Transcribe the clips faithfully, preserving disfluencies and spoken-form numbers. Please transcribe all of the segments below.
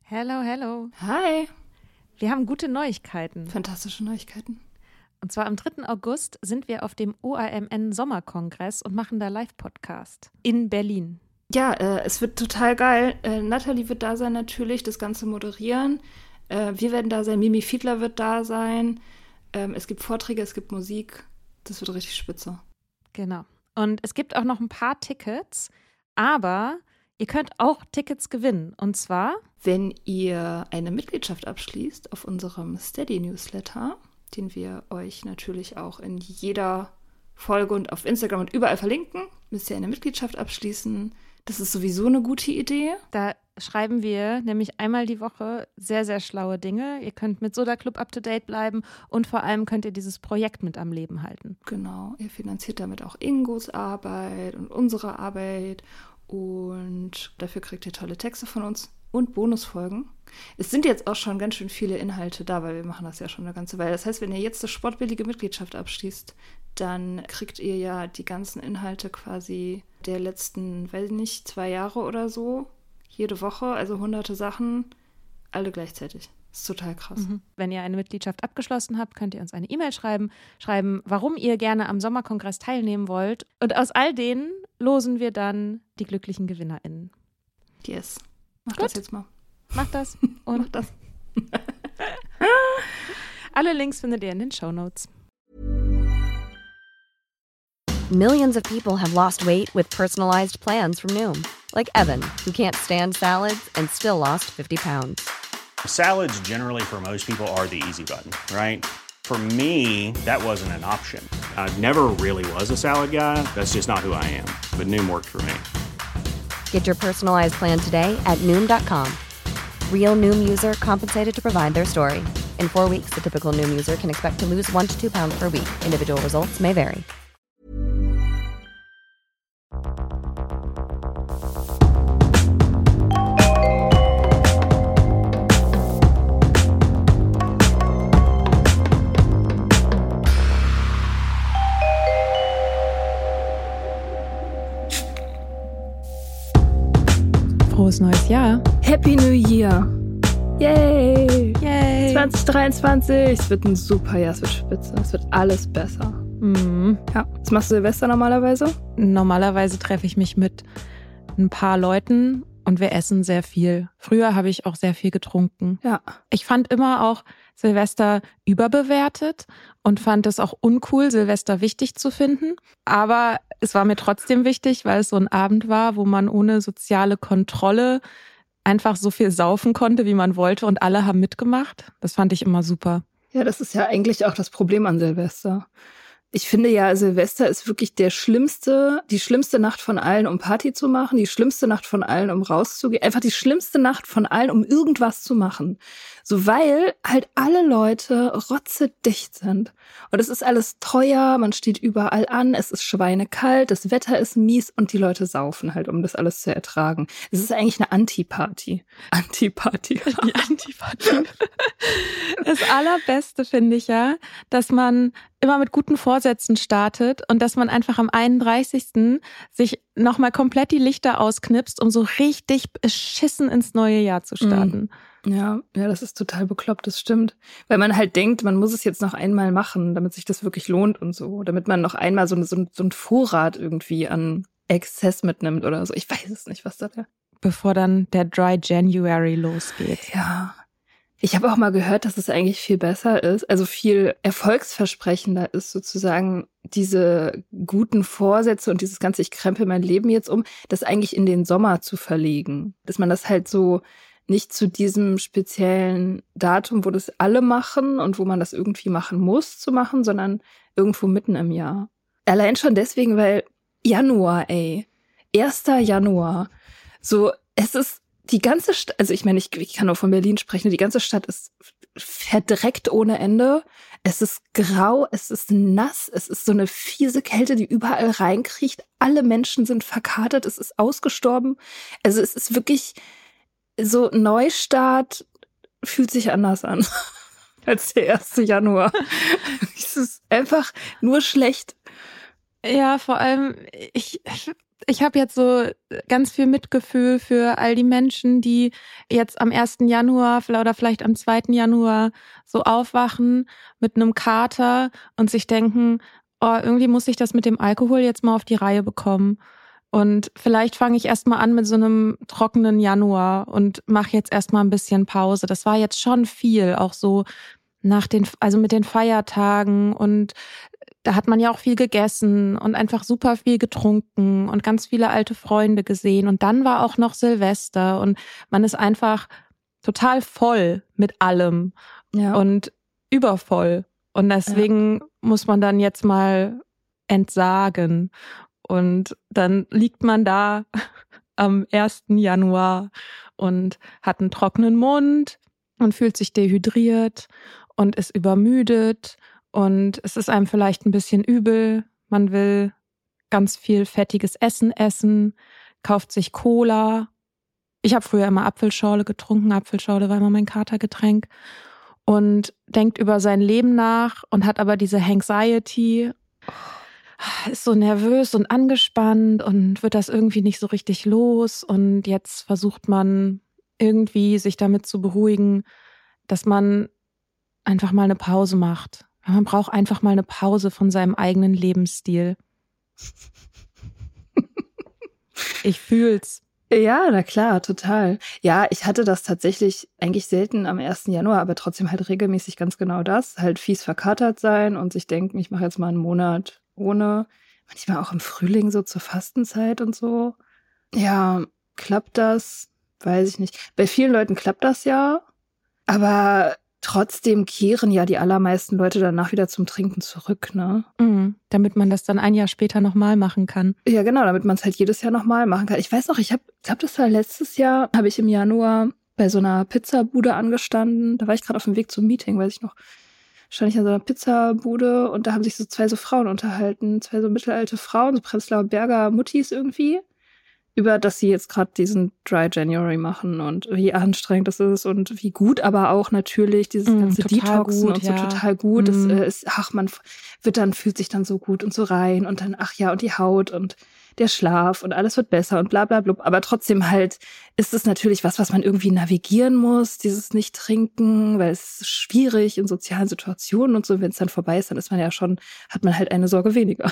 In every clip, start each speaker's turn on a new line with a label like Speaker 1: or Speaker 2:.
Speaker 1: Hello, hello.
Speaker 2: Hi.
Speaker 1: Wir haben gute Neuigkeiten.
Speaker 2: Fantastische Neuigkeiten.
Speaker 1: Und zwar am dritten August sind wir auf dem O A M N-Sommerkongress und machen da Live-Podcast in Berlin.
Speaker 2: Ja, äh, es wird total geil. Äh, Nathalie wird da sein natürlich, das Ganze moderieren. Äh, wir werden da sein, Mimi Fiedler wird da sein. Ähm, es gibt Vorträge, es gibt Musik. Das wird richtig spitze.
Speaker 1: Genau. Und es gibt auch noch ein paar Tickets, aber ihr könnt auch Tickets gewinnen. Und zwar,
Speaker 2: wenn ihr eine Mitgliedschaft abschließt auf unserem Steady-Newsletter, den wir euch natürlich auch in jeder Folge und auf Instagram und überall verlinken, müsst ihr eine Mitgliedschaft abschließen. Das ist sowieso eine gute Idee.
Speaker 1: Da schreiben wir nämlich einmal die Woche sehr, sehr schlaue Dinge. Ihr könnt mit Soda Club up to date bleiben und vor allem könnt ihr dieses Projekt mit am Leben halten.
Speaker 2: Genau, ihr finanziert damit auch Ingos Arbeit und unsere Arbeit und dafür kriegt ihr tolle Texte von uns und Bonusfolgen. Es sind jetzt auch schon ganz schön viele Inhalte da, weil wir machen das ja schon eine ganze Weile. Das heißt, wenn ihr jetzt eine sportbillige Mitgliedschaft abschließt, dann kriegt ihr ja die ganzen Inhalte quasi der letzten, weiß ich nicht, zwei Jahre oder so, jede Woche, also hunderte Sachen, alle gleichzeitig. Das ist total krass.
Speaker 1: Mhm. Wenn ihr eine Mitgliedschaft abgeschlossen habt, könnt ihr uns eine E-Mail schreiben, schreiben, warum ihr gerne am Sommerkongress teilnehmen wollt. Und aus all denen losen wir dann die glücklichen GewinnerInnen.
Speaker 2: Yes. Mach
Speaker 1: Gut.
Speaker 2: das jetzt mal.
Speaker 1: Macht das. Und
Speaker 2: Mach das.
Speaker 1: alle Links findet ihr in den Shownotes.
Speaker 3: Millions of people have lost weight with personalized plans from Noom. Like Evan, who can't stand salads and still lost fifty pounds.
Speaker 4: Salads generally for most people are the easy button, right? For me, that wasn't an option. I never really was a salad guy. That's just not who I am. But Noom worked for me.
Speaker 3: Get your personalized plan today at Noom dot com. Real Noom user compensated to provide their story. In four weeks, the typical Noom user can expect to lose one to two pounds per week. Individual results may vary.
Speaker 1: Frohes neues Jahr.
Speaker 2: Happy New Year. Yay.
Speaker 1: Yay.
Speaker 2: zwanzig dreiundzwanzig. Es wird ein super Jahr. Es wird spitze. Es wird alles besser.
Speaker 1: Mhm.
Speaker 2: Ja. Was machst du Silvester normalerweise?
Speaker 1: Normalerweise treffe ich mich mit ein paar Leuten und wir essen sehr viel. Früher habe ich auch sehr viel getrunken.
Speaker 2: Ja.
Speaker 1: Ich fand immer auch Silvester überbewertet und fand es auch uncool, Silvester wichtig zu finden. Aber es war mir trotzdem wichtig, weil es so ein Abend war, wo man ohne soziale Kontrolle einfach so viel saufen konnte, wie man wollte und alle haben mitgemacht. Das fand ich immer super.
Speaker 2: Ja, das ist ja eigentlich auch das Problem an Silvester. Ich finde ja, Silvester ist wirklich der schlimmste, die schlimmste Nacht von allen, um Party zu machen, die schlimmste Nacht von allen, um rauszugehen, einfach die schlimmste Nacht von allen, um irgendwas zu machen. So, weil halt alle Leute rotzedicht sind. Und es ist alles teuer, man steht überall an, es ist schweinekalt, das Wetter ist mies und die Leute saufen halt, um das alles zu ertragen. Es ist eigentlich eine Anti-Party. Anti-Party.
Speaker 1: Die Antiparty. Das Allerbeste finde ich ja, dass man immer mit guten Vorsätzen startet und dass man einfach am einunddreißigsten sich nochmal komplett die Lichter ausknipst, um so richtig beschissen ins neue Jahr zu starten.
Speaker 2: Ja, ja, das ist total bekloppt, das stimmt. Weil man halt denkt, man muss es jetzt noch einmal machen, damit sich das wirklich lohnt und so. Damit man noch einmal so, so, so einen Vorrat irgendwie an Exzess mitnimmt oder so. Ich weiß es nicht, was da wäre.
Speaker 1: Bevor dann der Dry January losgeht.
Speaker 2: Ja. Ich habe auch mal gehört, dass es eigentlich viel besser ist, also viel erfolgsversprechender ist sozusagen, diese guten Vorsätze und dieses ganze, ich krempel mein Leben jetzt um, das eigentlich in den Sommer zu verlegen. Dass man das halt so nicht zu diesem speziellen Datum, wo das alle machen und wo man das irgendwie machen muss, zu machen, sondern irgendwo mitten im Jahr. Allein schon deswegen, weil Januar, ey, erster Januar, so, es ist die ganze Stadt, also ich meine, ich, ich kann nur von Berlin sprechen, die ganze Stadt ist verdreckt ohne Ende. Es ist grau, es ist nass, es ist so eine fiese Kälte, die überall reinkriecht. Alle Menschen sind verkatert, es ist ausgestorben. Also es ist wirklich so, Neustart fühlt sich anders an als der erste Januar. Es ist einfach nur schlecht.
Speaker 1: Ja, vor allem, ich, Ich habe jetzt so ganz viel Mitgefühl für all die Menschen, die jetzt am ersten Januar oder vielleicht am zweiten Januar so aufwachen mit einem Kater und sich denken, oh, irgendwie muss ich das mit dem Alkohol jetzt mal auf die Reihe bekommen. Und vielleicht fange ich erst mal an mit so einem trockenen Januar und mache jetzt erst mal ein bisschen Pause. Das war jetzt schon viel, auch so nach den, also mit den Feiertagen, und da hat man ja auch viel gegessen und einfach super viel getrunken und ganz viele alte Freunde gesehen. Und dann war auch noch Silvester und man ist einfach total voll mit allem
Speaker 2: Ja.
Speaker 1: und übervoll. Und deswegen ja. muss man dann jetzt mal entsagen. Und dann liegt man da am ersten Januar und hat einen trockenen Mund und fühlt sich dehydriert und ist übermüdet. Und es ist einem vielleicht ein bisschen übel. Man will ganz viel fettiges Essen essen, kauft sich Cola. Ich habe früher immer Apfelschorle getrunken. Apfelschorle war immer mein Katergetränk. Und denkt über sein Leben nach und hat aber diese Anxiety, ist so nervös und angespannt und wird das irgendwie nicht so richtig los. Und jetzt versucht man irgendwie sich damit zu beruhigen, dass man einfach mal eine Pause macht. Man braucht einfach mal eine Pause von seinem eigenen Lebensstil. Ich fühl's.
Speaker 2: Ja, na klar, total. Ja, ich hatte das tatsächlich eigentlich selten am ersten Januar, aber trotzdem halt regelmäßig ganz genau das. Halt fies verkatert sein und sich denken, ich mache jetzt mal einen Monat ohne. Manchmal auch im Frühling so zur Fastenzeit und so. Ja, klappt das? Weiß ich nicht. Bei vielen Leuten klappt das ja, aber trotzdem kehren ja die allermeisten Leute danach wieder zum Trinken zurück, ne?
Speaker 1: Mhm, damit man das dann ein Jahr später nochmal machen kann.
Speaker 2: Ja, genau, damit man es halt jedes Jahr nochmal machen kann. Ich weiß noch, ich habe, ich glaube, das war letztes Jahr, habe ich im Januar bei so einer Pizzabude angestanden. Da war ich gerade auf dem Weg zum Meeting, weiß ich noch. Stand ich an so einer Pizzabude und da haben sich so zwei so Frauen unterhalten, zwei so mittelalte Frauen, so Prenzlauer Berger Muttis irgendwie, über dass sie jetzt gerade diesen Dry January machen und wie anstrengend das ist und wie gut aber auch natürlich dieses
Speaker 1: Mm,
Speaker 2: ganze Detoxen
Speaker 1: gut,
Speaker 2: und so
Speaker 1: ja.
Speaker 2: total gut.
Speaker 1: Mm.
Speaker 2: Das äh, ist, ach, man wird dann, fühlt sich dann so gut und so rein und dann, ach ja, und die Haut und der Schlaf und alles wird besser und bla bla bla. Aber trotzdem halt ist es natürlich was, was man irgendwie navigieren muss, dieses Nicht-Trinken, weil es ist schwierig in sozialen Situationen und so. Wenn es dann vorbei ist, dann ist man ja schon, hat man halt eine Sorge weniger.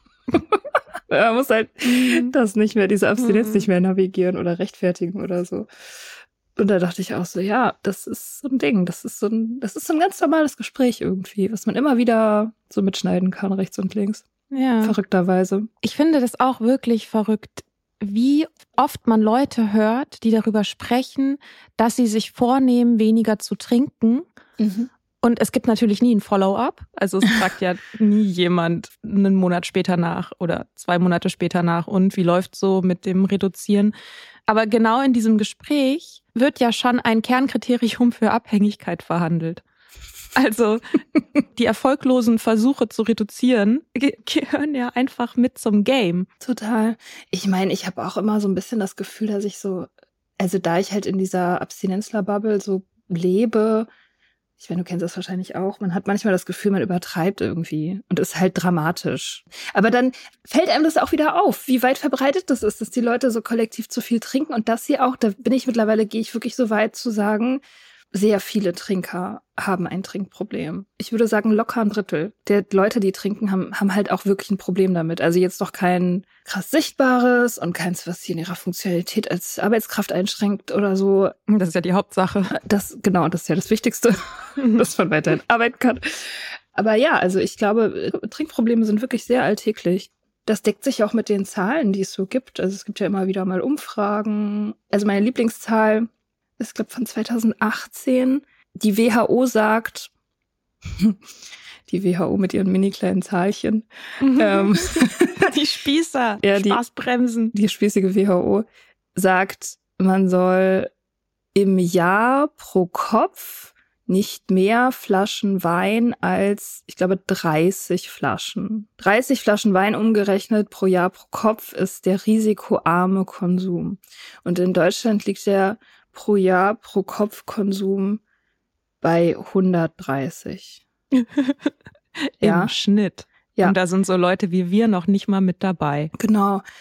Speaker 2: Man muss halt das nicht mehr, diese Abstinenz
Speaker 1: Mhm.
Speaker 2: nicht mehr navigieren oder rechtfertigen oder so. Und da dachte ich auch so, ja, das ist so ein Ding, das ist so ein, das ist so ein ganz normales Gespräch irgendwie, was man immer wieder so mitschneiden kann, rechts und links.
Speaker 1: Ja.
Speaker 2: Verrückterweise.
Speaker 1: Ich finde das auch wirklich verrückt, wie oft man Leute hört, die darüber sprechen, dass sie sich vornehmen, weniger zu trinken.
Speaker 2: Mhm.
Speaker 1: Und es gibt natürlich nie ein Follow-up. Also es fragt ja nie jemand einen Monat später nach oder zwei Monate später nach. Und wie läuft's so mit dem Reduzieren? Aber genau in diesem Gespräch wird ja schon ein Kernkriterium für Abhängigkeit verhandelt. Also die erfolglosen Versuche zu reduzieren ge- gehören ja einfach mit zum Game.
Speaker 2: Total. Ich meine, ich habe auch immer so ein bisschen das Gefühl, dass ich so, also da ich halt in dieser Abstinenzler-Bubble so lebe, ich meine, du kennst das wahrscheinlich auch, man hat manchmal das Gefühl, man übertreibt irgendwie und ist halt dramatisch. Aber dann fällt einem das auch wieder auf, wie weit verbreitet das ist, dass die Leute so kollektiv zu viel trinken und dass sie auch, da bin ich mittlerweile, gehe ich wirklich so weit zu sagen, sehr viele Trinker haben ein Trinkproblem. Ich würde sagen, locker ein Drittel der Leute, die trinken, haben, haben halt auch wirklich ein Problem damit. Also jetzt doch kein krass sichtbares und keins, was sie in ihrer Funktionalität als Arbeitskraft einschränkt oder so.
Speaker 1: Das ist ja die Hauptsache.
Speaker 2: Das, genau, das ist ja das Wichtigste, dass man weiterhin arbeiten kann. Aber ja, also ich glaube, Trinkprobleme sind wirklich sehr alltäglich. Das deckt sich auch mit den Zahlen, die es so gibt. Also es gibt ja immer wieder mal Umfragen. Also meine Lieblingszahl ist, glaube ich, von zweitausendachtzehn. Die W H O sagt, die W H O mit ihren mini kleinen Zahlchen. ähm,
Speaker 1: Die Spießer,
Speaker 2: Ja, die-
Speaker 1: Spaßbremsen.
Speaker 2: die spießige W H O sagt, man soll im Jahr pro Kopf nicht mehr Flaschen Wein als, ich glaube, dreißig Flaschen. dreißig Flaschen Wein umgerechnet pro Jahr pro Kopf ist der risikoarme Konsum. Und in Deutschland liegt der pro Jahr pro Kopf Konsum bei hundertdreißig. Ja.
Speaker 1: Im Schnitt.
Speaker 2: Ja.
Speaker 1: Und da sind so Leute wie wir noch nicht mal mit dabei.
Speaker 2: Genau.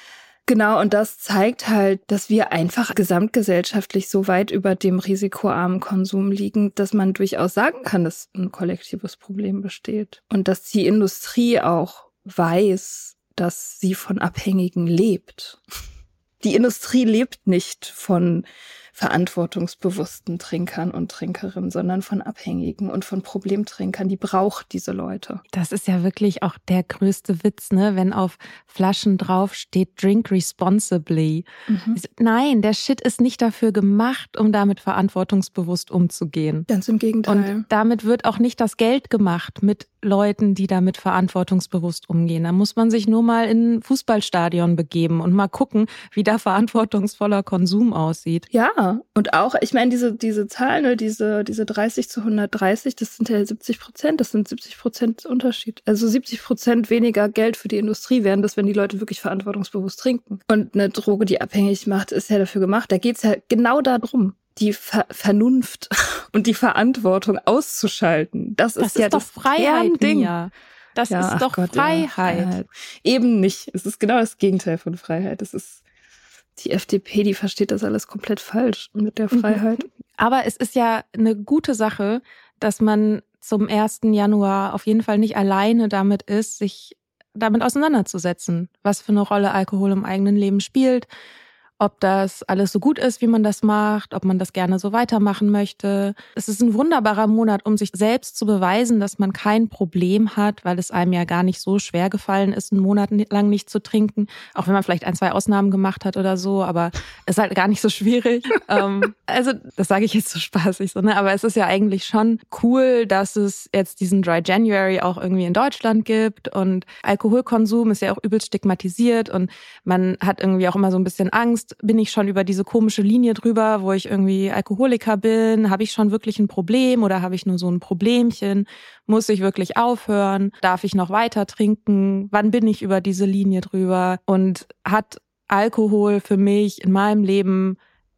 Speaker 2: Genau, und das zeigt halt, dass wir einfach gesamtgesellschaftlich so weit über dem risikoarmen Konsum liegen, dass man durchaus sagen kann, dass ein kollektives Problem besteht. Und dass die Industrie auch weiß, dass sie von Abhängigen lebt. Die Industrie lebt nicht von verantwortungsbewussten Trinkern und Trinkerinnen, sondern von Abhängigen und von Problemtrinkern. Die braucht diese Leute.
Speaker 1: Das ist ja wirklich auch der größte Witz, ne? Wenn auf Flaschen drauf steht, drink responsibly. Mhm. Nein, der Shit ist nicht dafür gemacht, um damit verantwortungsbewusst umzugehen.
Speaker 2: Ganz im Gegenteil.
Speaker 1: Und damit wird auch nicht das Geld gemacht mit Leuten, die damit verantwortungsbewusst umgehen. Da muss man sich nur mal in ein Fußballstadion begeben und mal gucken, wie da verantwortungsvoller Konsum aussieht.
Speaker 2: Ja, und auch, ich meine, diese, diese Zahlen, ne, diese, diese dreißig zu hundertdreißig, das sind ja siebzig Prozent, das sind siebzig Prozent Unterschied. Also siebzig Prozent weniger Geld für die Industrie wären das, wenn die Leute wirklich verantwortungsbewusst trinken. Und eine Droge, die abhängig macht, ist ja dafür gemacht. Da geht's ja genau darum, die Ver- Vernunft und die Verantwortung auszuschalten. Das,
Speaker 1: das
Speaker 2: ist ja
Speaker 1: ist doch
Speaker 2: das
Speaker 1: Freiheit,
Speaker 2: Ding.
Speaker 1: Ja. Das
Speaker 2: ja,
Speaker 1: ist doch
Speaker 2: Gott,
Speaker 1: Freiheit.
Speaker 2: Ja, Freiheit. Eben nicht. Es ist genau das Gegenteil von Freiheit. Es ist die F D P, die versteht das alles komplett falsch mit der Freiheit.
Speaker 1: Aber es ist ja eine gute Sache, dass man zum ersten Januar auf jeden Fall nicht alleine damit ist, sich damit auseinanderzusetzen, was für eine Rolle Alkohol im eigenen Leben spielt, ob das alles so gut ist, wie man das macht, ob man das gerne so weitermachen möchte. Es ist ein wunderbarer Monat, um sich selbst zu beweisen, dass man kein Problem hat, weil es einem ja gar nicht so schwer gefallen ist, einen Monat lang nicht zu trinken, auch wenn man vielleicht ein, zwei Ausnahmen gemacht hat oder so, aber es ist halt gar nicht so schwierig. ähm, also das sage ich jetzt so spaßig, so, ne? Aber es ist ja eigentlich schon cool, dass es jetzt diesen Dry January auch irgendwie in Deutschland gibt und Alkoholkonsum ist ja auch übelst stigmatisiert und man hat irgendwie auch immer so ein bisschen Angst, bin ich schon über diese komische Linie drüber, wo ich irgendwie Alkoholiker bin? Habe ich schon wirklich ein Problem oder habe ich nur so ein Problemchen? Muss ich wirklich aufhören? Darf ich noch weiter trinken? Wann bin ich über diese Linie drüber? Und hat Alkohol für mich in meinem Leben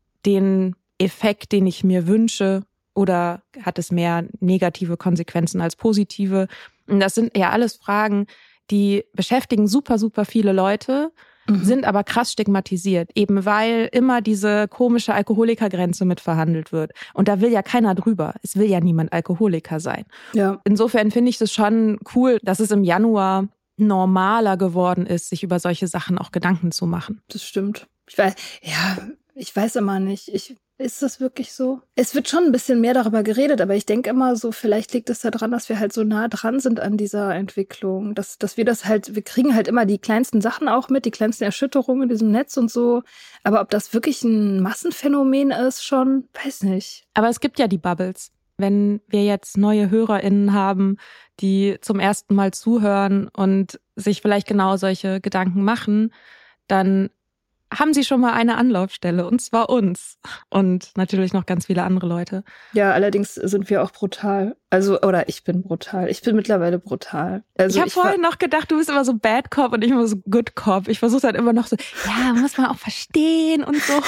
Speaker 1: den Effekt, den ich mir wünsche? Oder hat es mehr negative Konsequenzen als positive? Und das sind ja alles Fragen, die beschäftigen super, super viele Leute, Mhm. sind aber krass stigmatisiert, eben weil immer diese komische Alkoholikergrenze mit verhandelt wird. Und da will ja keiner drüber. Es will ja niemand Alkoholiker sein.
Speaker 2: Ja.
Speaker 1: Insofern finde ich das schon cool, dass es im Januar normaler geworden ist, sich über solche Sachen auch Gedanken zu machen.
Speaker 2: Das stimmt. Ich weiß, ja, ich weiß immer nicht. Ich, ist das wirklich so? Es wird schon ein bisschen mehr darüber geredet, aber ich denke immer so, vielleicht liegt es daran, dass wir halt so nah dran sind an dieser Entwicklung, dass, dass wir das halt, wir kriegen halt immer die kleinsten Sachen auch mit, die kleinsten Erschütterungen in diesem Netz und so. Aber ob das wirklich ein Massenphänomen ist, schon, weiß nicht.
Speaker 1: Aber es gibt ja die Bubbles. Wenn wir jetzt neue HörerInnen haben, die zum ersten Mal zuhören und sich vielleicht genau solche Gedanken machen, dann haben sie schon mal eine Anlaufstelle, und zwar uns. Und natürlich noch ganz viele andere Leute.
Speaker 2: Ja, allerdings sind wir auch brutal. Also, oder ich bin brutal. Ich bin mittlerweile brutal. Also
Speaker 1: ich habe vorhin noch gedacht, du bist immer so Bad Cop und ich immer so Good Cop. Ich versuche dann immer noch so, ja, muss man auch verstehen und so.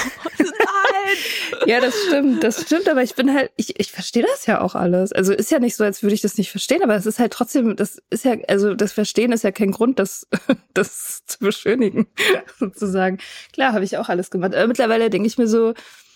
Speaker 1: Nein!
Speaker 2: Ja, das stimmt, das stimmt, aber ich bin halt, ich, ich verstehe das ja auch alles. Also ist ja nicht so, als würde ich das nicht verstehen, aber es ist halt trotzdem, das ist ja, also das Verstehen ist ja kein Grund, das, das zu beschönigen, sozusagen. Klar, habe ich auch alles gemacht. Aber mittlerweile denke ich mir so,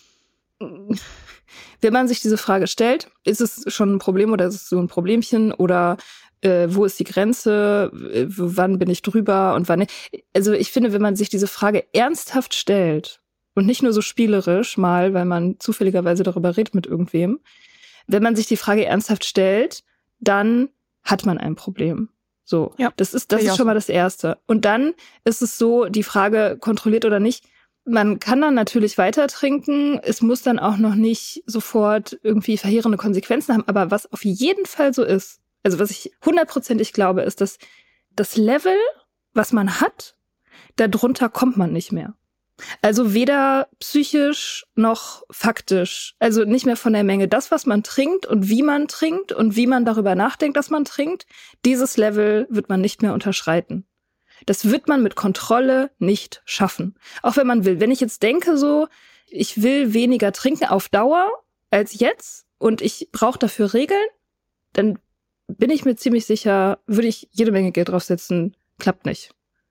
Speaker 2: wenn man sich diese Frage stellt, ist es schon ein Problem oder ist es so ein Problemchen oder äh, wo ist die Grenze, äh, wann bin ich drüber und wann nicht. Also ich finde, wenn man sich diese Frage ernsthaft stellt und nicht nur so spielerisch mal, weil man zufälligerweise darüber redet mit irgendwem, wenn man sich die Frage ernsthaft stellt, dann hat man ein Problem. So, ja, das ist das ist schon mal das Erste. Und dann ist es so, die Frage kontrolliert oder nicht, man kann dann natürlich weiter trinken, es muss dann auch noch nicht sofort irgendwie verheerende Konsequenzen haben, aber was auf jeden Fall so ist, also was ich hundertprozentig glaube, ist, dass das Level, was man hat, darunter kommt man nicht mehr. Also weder psychisch noch faktisch, also nicht mehr von der Menge. Das, was man trinkt und wie man trinkt und wie man darüber nachdenkt, dass man trinkt, dieses Level wird man nicht mehr unterschreiten. Das wird man mit Kontrolle nicht schaffen. Auch wenn man will. Wenn ich jetzt denke so, ich will weniger trinken auf Dauer als jetzt und ich brauche dafür Regeln, dann bin ich mir ziemlich sicher, würde ich jede Menge Geld draufsetzen, klappt nicht.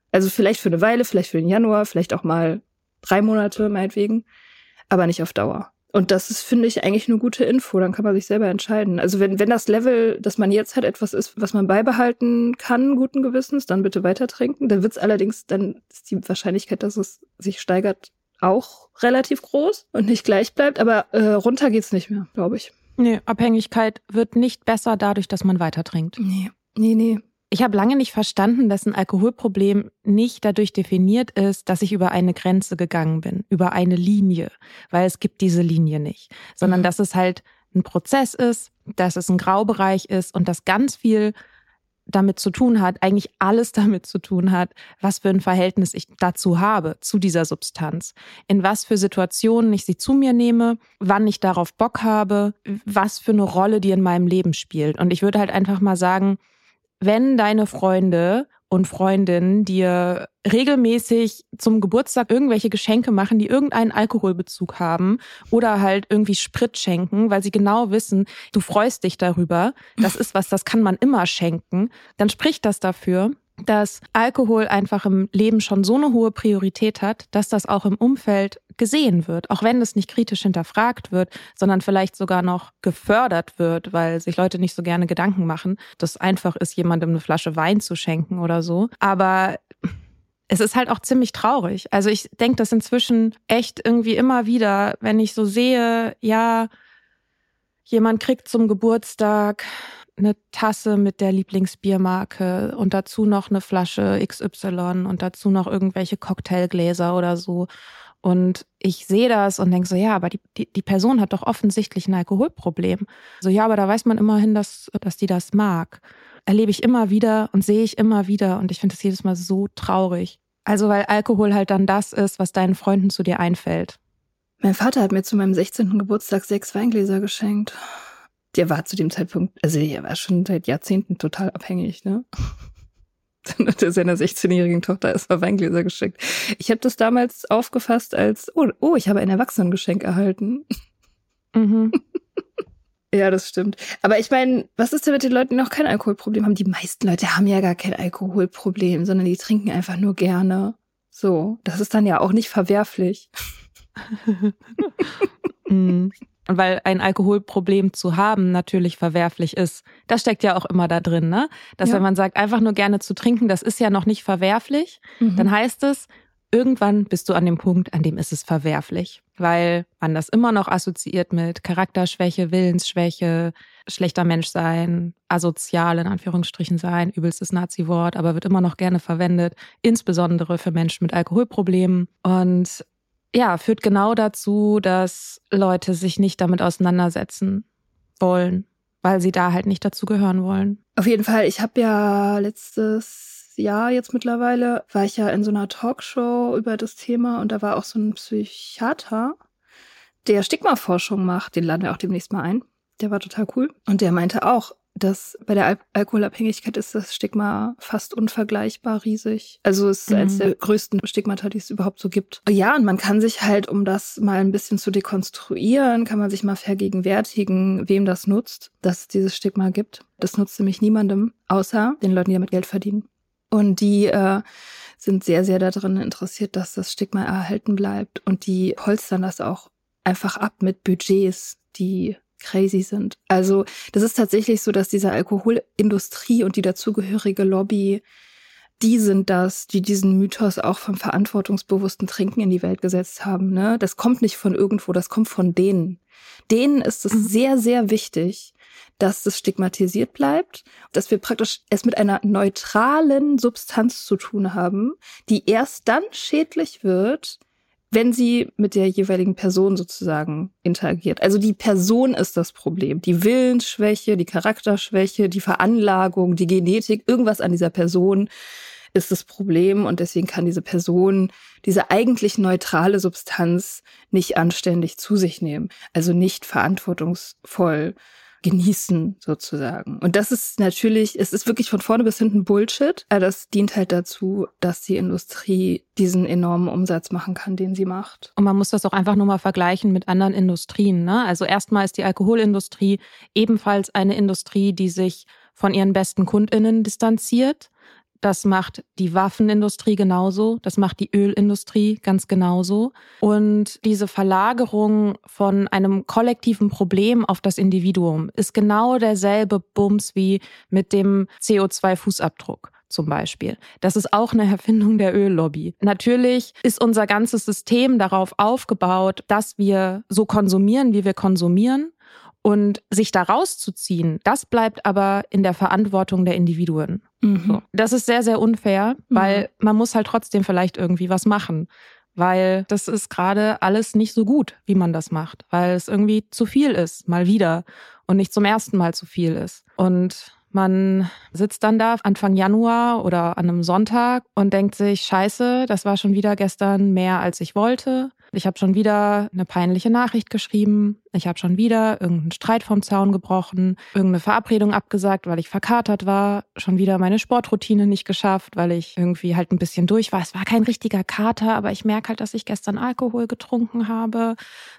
Speaker 2: Also vielleicht für eine Weile, vielleicht für den Januar, vielleicht auch mal drei Monate meinetwegen, aber nicht auf Dauer. Und das ist, finde ich, eigentlich eine gute Info. Dann kann man sich selber entscheiden. Also wenn, wenn das Level, das man jetzt hat, etwas ist, was man beibehalten kann, guten Gewissens, dann bitte weiter trinken. Dann wird es allerdings, dann ist die Wahrscheinlichkeit, dass es sich steigert, auch relativ groß und nicht gleich bleibt. Aber äh, runter geht's nicht mehr, glaube ich.
Speaker 1: Nee, Abhängigkeit wird nicht besser dadurch, dass man weiter trinkt.
Speaker 2: Nee, nee, nee.
Speaker 1: Ich habe lange nicht verstanden, dass ein Alkoholproblem nicht dadurch definiert ist, dass ich über eine Grenze gegangen bin, über eine Linie, weil es gibt diese Linie nicht, sondern mhm. dass es halt ein Prozess ist, dass es ein Graubereich ist und dass ganz viel damit zu tun hat, eigentlich alles damit zu tun hat, was für ein Verhältnis ich dazu habe, zu dieser Substanz, in was für Situationen ich sie zu mir nehme, wann ich darauf Bock habe, was für eine Rolle die in meinem Leben spielt. Und ich würde halt einfach mal sagen, wenn deine Freunde und Freundinnen dir regelmäßig zum Geburtstag irgendwelche Geschenke machen, die irgendeinen Alkoholbezug haben oder halt irgendwie Sprit schenken, weil sie genau wissen, du freust dich darüber, das ist was, das kann man immer schenken, dann spricht das dafür, dass Alkohol einfach im Leben schon so eine hohe Priorität hat, dass das auch im Umfeld gesehen wird, auch wenn es nicht kritisch hinterfragt wird, sondern vielleicht sogar noch gefördert wird, weil sich Leute nicht so gerne Gedanken machen, dass es einfach ist, jemandem eine Flasche Wein zu schenken oder so. Aber es ist halt auch ziemlich traurig. Also ich denke das inzwischen echt irgendwie immer wieder, wenn ich so sehe, ja, jemand kriegt zum Geburtstag eine Tasse mit der Lieblingsbiermarke und dazu noch eine Flasche X Y und dazu noch irgendwelche Cocktailgläser oder so. Und ich sehe das und denke so, ja, aber die, die, die Person hat doch offensichtlich ein Alkoholproblem. So, ja, aber da weiß man immerhin, dass, dass die das mag. Erlebe ich immer wieder und sehe ich immer wieder und ich finde das jedes Mal so traurig. Also weil Alkohol halt dann das ist, was deinen Freunden zu dir einfällt.
Speaker 2: Mein Vater hat mir zu meinem sechzehnten Geburtstag sechs Weingläser geschenkt. Der war zu dem Zeitpunkt, also er war schon seit Jahrzehnten total abhängig, ne? Dann hat er seiner sechzehnjährigen Tochter erstmal Weingläser geschenkt. Ich habe das damals aufgefasst als, oh, oh, ich habe ein Erwachsenengeschenk erhalten.
Speaker 1: Mhm.
Speaker 2: Ja, das stimmt. Aber ich meine, was ist denn mit den Leuten, die noch kein Alkoholproblem haben? Die meisten Leute haben ja gar kein Alkoholproblem, sondern die trinken einfach nur gerne. So, das ist dann ja auch nicht verwerflich.
Speaker 1: Mhm. Weil ein Alkoholproblem zu haben natürlich verwerflich ist. Das steckt ja auch immer da drin, ne? Dass
Speaker 2: ja.
Speaker 1: wenn man sagt, einfach nur gerne zu trinken, das ist ja noch nicht verwerflich, mhm. dann heißt es, irgendwann bist du an dem Punkt, an dem ist es verwerflich. Weil man das immer noch assoziiert mit Charakterschwäche, Willensschwäche, schlechter Mensch sein, asozial in Anführungsstrichen sein, übelstes Nazi-Wort, aber wird immer noch gerne verwendet, insbesondere für Menschen mit Alkoholproblemen. Und ja, führt genau dazu, dass Leute sich nicht damit auseinandersetzen wollen, weil sie da halt nicht dazu gehören wollen.
Speaker 2: Auf jeden Fall, ich habe ja letztes Jahr jetzt mittlerweile, war ich ja in so einer Talkshow über das Thema und da war auch so ein Psychiater, der Stigmaforschung macht, den laden wir auch demnächst mal ein. Der war total cool und der meinte auch, dass bei der Al- Alkoholabhängigkeit ist das Stigma fast unvergleichbar riesig. Also es ist mhm. eines der größten Stigmata, die es überhaupt so gibt. Ja, und man kann sich halt, um das mal ein bisschen zu dekonstruieren, kann man sich mal vergegenwärtigen, wem das nutzt, dass es dieses Stigma gibt. Das nutzt nämlich niemandem, außer den Leuten, die damit Geld verdienen. Und die äh, sind sehr, sehr daran interessiert, dass das Stigma erhalten bleibt. Und die polstern das auch einfach ab mit Budgets, die crazy sind. Also das ist tatsächlich so, dass diese Alkoholindustrie und die dazugehörige Lobby, die sind das, die diesen Mythos auch vom verantwortungsbewussten Trinken in die Welt gesetzt haben. Ne? Das kommt nicht von irgendwo, das kommt von denen. Denen ist es mhm. sehr, sehr wichtig, dass das stigmatisiert bleibt, dass wir praktisch es mit einer neutralen Substanz zu tun haben, die erst dann schädlich wird, wenn sie mit der jeweiligen Person sozusagen interagiert. Also die Person ist das Problem. Die Willensschwäche, die Charakterschwäche, die Veranlagung, die Genetik, irgendwas an dieser Person ist das Problem. Und deswegen kann diese Person diese eigentlich neutrale Substanz nicht anständig zu sich nehmen. Also nicht verantwortungsvoll genießen sozusagen. Und das ist natürlich, es ist wirklich von vorne bis hinten Bullshit. Aber das dient halt dazu, dass die Industrie diesen enormen Umsatz machen kann, den sie macht.
Speaker 1: Und man muss das auch einfach nur mal vergleichen mit anderen Industrien, ne? Also erstmal ist die Alkoholindustrie ebenfalls eine Industrie, die sich von ihren besten KundInnen distanziert. Das macht die Waffenindustrie genauso. Das macht die Ölindustrie ganz genauso. Und diese Verlagerung von einem kollektiven Problem auf das Individuum ist genau derselbe Bums wie mit dem C O zwei Fußabdruck zum Beispiel. Das ist auch eine Erfindung der Öllobby. Natürlich ist unser ganzes System darauf aufgebaut, dass wir so konsumieren, wie wir konsumieren. Und sich da rauszuziehen, das bleibt aber in der Verantwortung der Individuen. Mhm. So. Das ist sehr, sehr unfair, weil mhm. man muss halt trotzdem vielleicht irgendwie was machen. Weil das ist gerade alles nicht so gut, wie man das macht. Weil es irgendwie zu viel ist, mal wieder. Und nicht zum ersten Mal zu viel ist. Und man sitzt dann da Anfang Januar oder an einem Sonntag und denkt sich, scheiße, das war schon wieder gestern mehr, als ich wollte. Ich habe schon wieder eine peinliche Nachricht geschrieben. Ich habe schon wieder irgendeinen Streit vom Zaun gebrochen, irgendeine Verabredung abgesagt, weil ich verkatert war. Schon wieder meine Sportroutine nicht geschafft, weil ich irgendwie halt ein bisschen durch war. Es war kein richtiger Kater, aber ich merke halt, dass ich gestern Alkohol getrunken habe.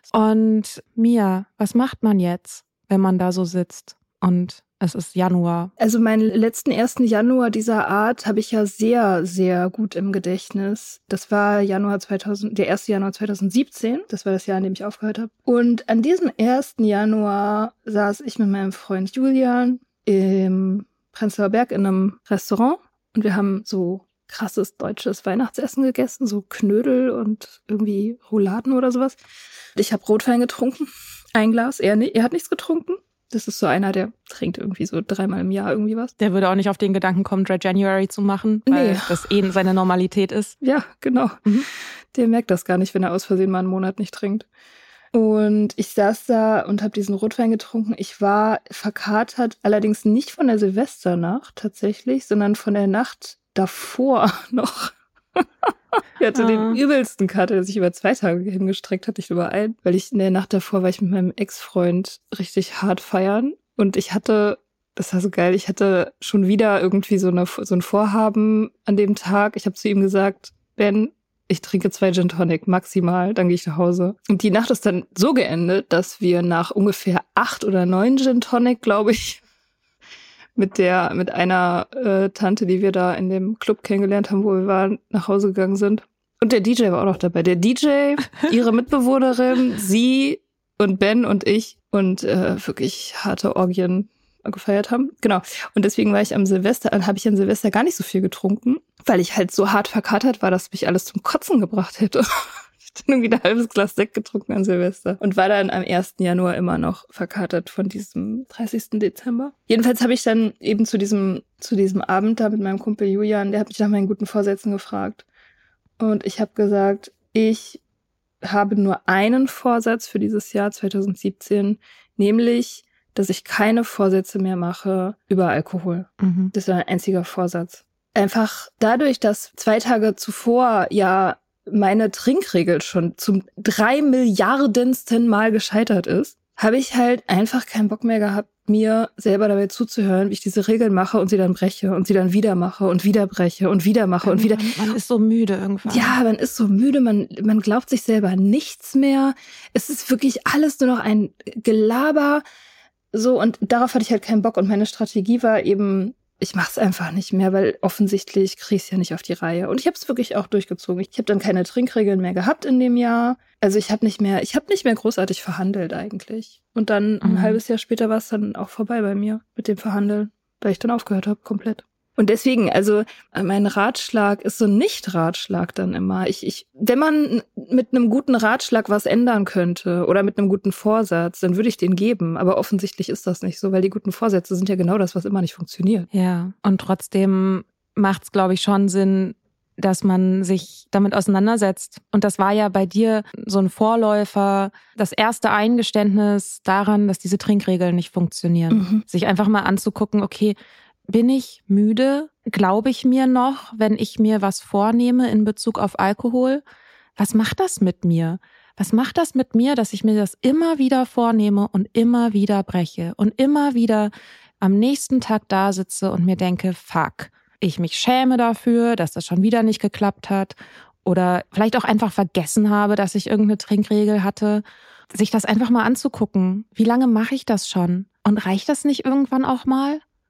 Speaker 1: Und Mia, was macht man jetzt, wenn man da so sitzt? Und es ist Januar.
Speaker 2: Also meinen letzten ersten Januar dieser Art habe ich ja sehr, sehr gut im Gedächtnis. Das war Januar zweitausend, der erste Januar zweitausendsiebzehn. Das war das Jahr, in dem ich aufgehört habe. Und an diesem ersten Januar saß ich mit meinem Freund Julian im Prenzlauer Berg in einem Restaurant. Und wir haben so krasses deutsches Weihnachtsessen gegessen, so Knödel und irgendwie Rouladen oder sowas. Ich habe Rotwein getrunken, ein Glas. Er, er hat nichts getrunken. Das ist so einer, der trinkt irgendwie so dreimal im Jahr irgendwie was.
Speaker 1: Der würde auch nicht auf den Gedanken kommen, Dry January zu machen, weil nee. das eh seine Normalität ist.
Speaker 2: Ja, genau. Mhm. Der merkt das gar nicht, wenn er aus Versehen mal einen Monat nicht trinkt. Und ich saß da und habe diesen Rotwein getrunken. Ich war verkatert, allerdings nicht von der Silvesternacht tatsächlich, sondern von der Nacht davor noch. Ich hatte ah. den übelsten Kater, der sich über zwei Tage hingestreckt hat, nicht über einen. Weil ich in der Nacht davor war ich mit meinem Ex-Freund richtig hart feiern. Und ich hatte, das war so geil, ich hatte schon wieder irgendwie so, eine, so ein Vorhaben an dem Tag. Ich habe zu ihm gesagt, Ben, ich trinke zwei Gin Tonic maximal, dann gehe ich nach Hause. Und die Nacht ist dann so geendet, dass wir nach ungefähr acht oder neun Gin Tonic, glaube ich, mit der, mit einer äh, Tante, die wir da in dem Club kennengelernt haben, wo wir waren, nach Hause gegangen sind. Und der D J war auch noch dabei. Der D J, ihre Mitbewohnerin, sie und Ben und ich und äh, wirklich harte Orgien gefeiert haben. Genau. Und deswegen war ich am Silvester, habe ich an Silvester gar nicht so viel getrunken, weil ich halt so hart verkatert war, dass mich alles zum Kotzen gebracht hätte. Ich habe irgendwie ein halbes Glas Sekt getrunken an Silvester und war dann am ersten Januar immer noch verkatert von diesem dreißigsten Dezember. Jedenfalls habe ich dann eben zu diesem zu diesem Abend da mit meinem Kumpel Julian, der hat mich nach meinen guten Vorsätzen gefragt. Und ich habe gesagt, ich habe nur einen Vorsatz für dieses Jahr zweitausendsiebzehn, nämlich, dass ich keine Vorsätze mehr mache über Alkohol. Mhm. Das war ein einziger Vorsatz. Einfach dadurch, dass zwei Tage zuvor ja meine Trinkregel schon zum drei Milliardensten Mal gescheitert ist, habe ich halt einfach keinen Bock mehr gehabt, mir selber dabei zuzuhören, wie ich diese Regeln mache und sie dann breche und sie dann wieder mache und wieder breche und wieder mache und wieder.
Speaker 1: Man ist so müde irgendwann.
Speaker 2: Ja, man ist so müde, man, man glaubt sich selber nichts mehr. Es ist wirklich alles nur noch ein Gelaber. So, und darauf hatte ich halt keinen Bock. Und meine Strategie war eben, ich mach's einfach nicht mehr, weil offensichtlich kriege ich es ja nicht auf die Reihe. Und ich habe es wirklich auch durchgezogen. Ich habe dann keine Trinkregeln mehr gehabt in dem Jahr. Also ich habe nicht mehr, ich habe nicht mehr großartig verhandelt eigentlich. Und dann mhm. ein halbes Jahr später war es dann auch vorbei bei mir mit dem Verhandeln, weil ich dann aufgehört habe komplett. Und deswegen, also mein Ratschlag ist so ein Nicht-Ratschlag dann immer. Ich, ich, wenn man mit einem guten Ratschlag was ändern könnte oder mit einem guten Vorsatz, dann würde ich den geben. Aber offensichtlich ist das nicht so, weil die guten Vorsätze sind ja genau das, was immer nicht funktioniert.
Speaker 1: Ja, und trotzdem macht es, glaube ich, schon Sinn, dass man sich damit auseinandersetzt. Und das war ja bei dir so ein Vorläufer, das erste Eingeständnis daran, dass diese Trinkregeln nicht funktionieren. Mhm. Sich einfach mal anzugucken, okay, bin ich müde? Glaube ich mir noch, wenn ich mir was vornehme in Bezug auf Alkohol? Was macht das mit mir? Was macht das mit mir, dass ich mir das immer wieder vornehme und immer wieder breche und immer wieder am nächsten Tag da sitze und mir denke, fuck, ich mich schäme dafür, dass das schon wieder nicht geklappt hat oder vielleicht auch einfach vergessen habe, dass ich irgendeine Trinkregel hatte. Sich das einfach mal anzugucken. Wie lange mache ich das schon? Und reicht das nicht irgendwann auch mal?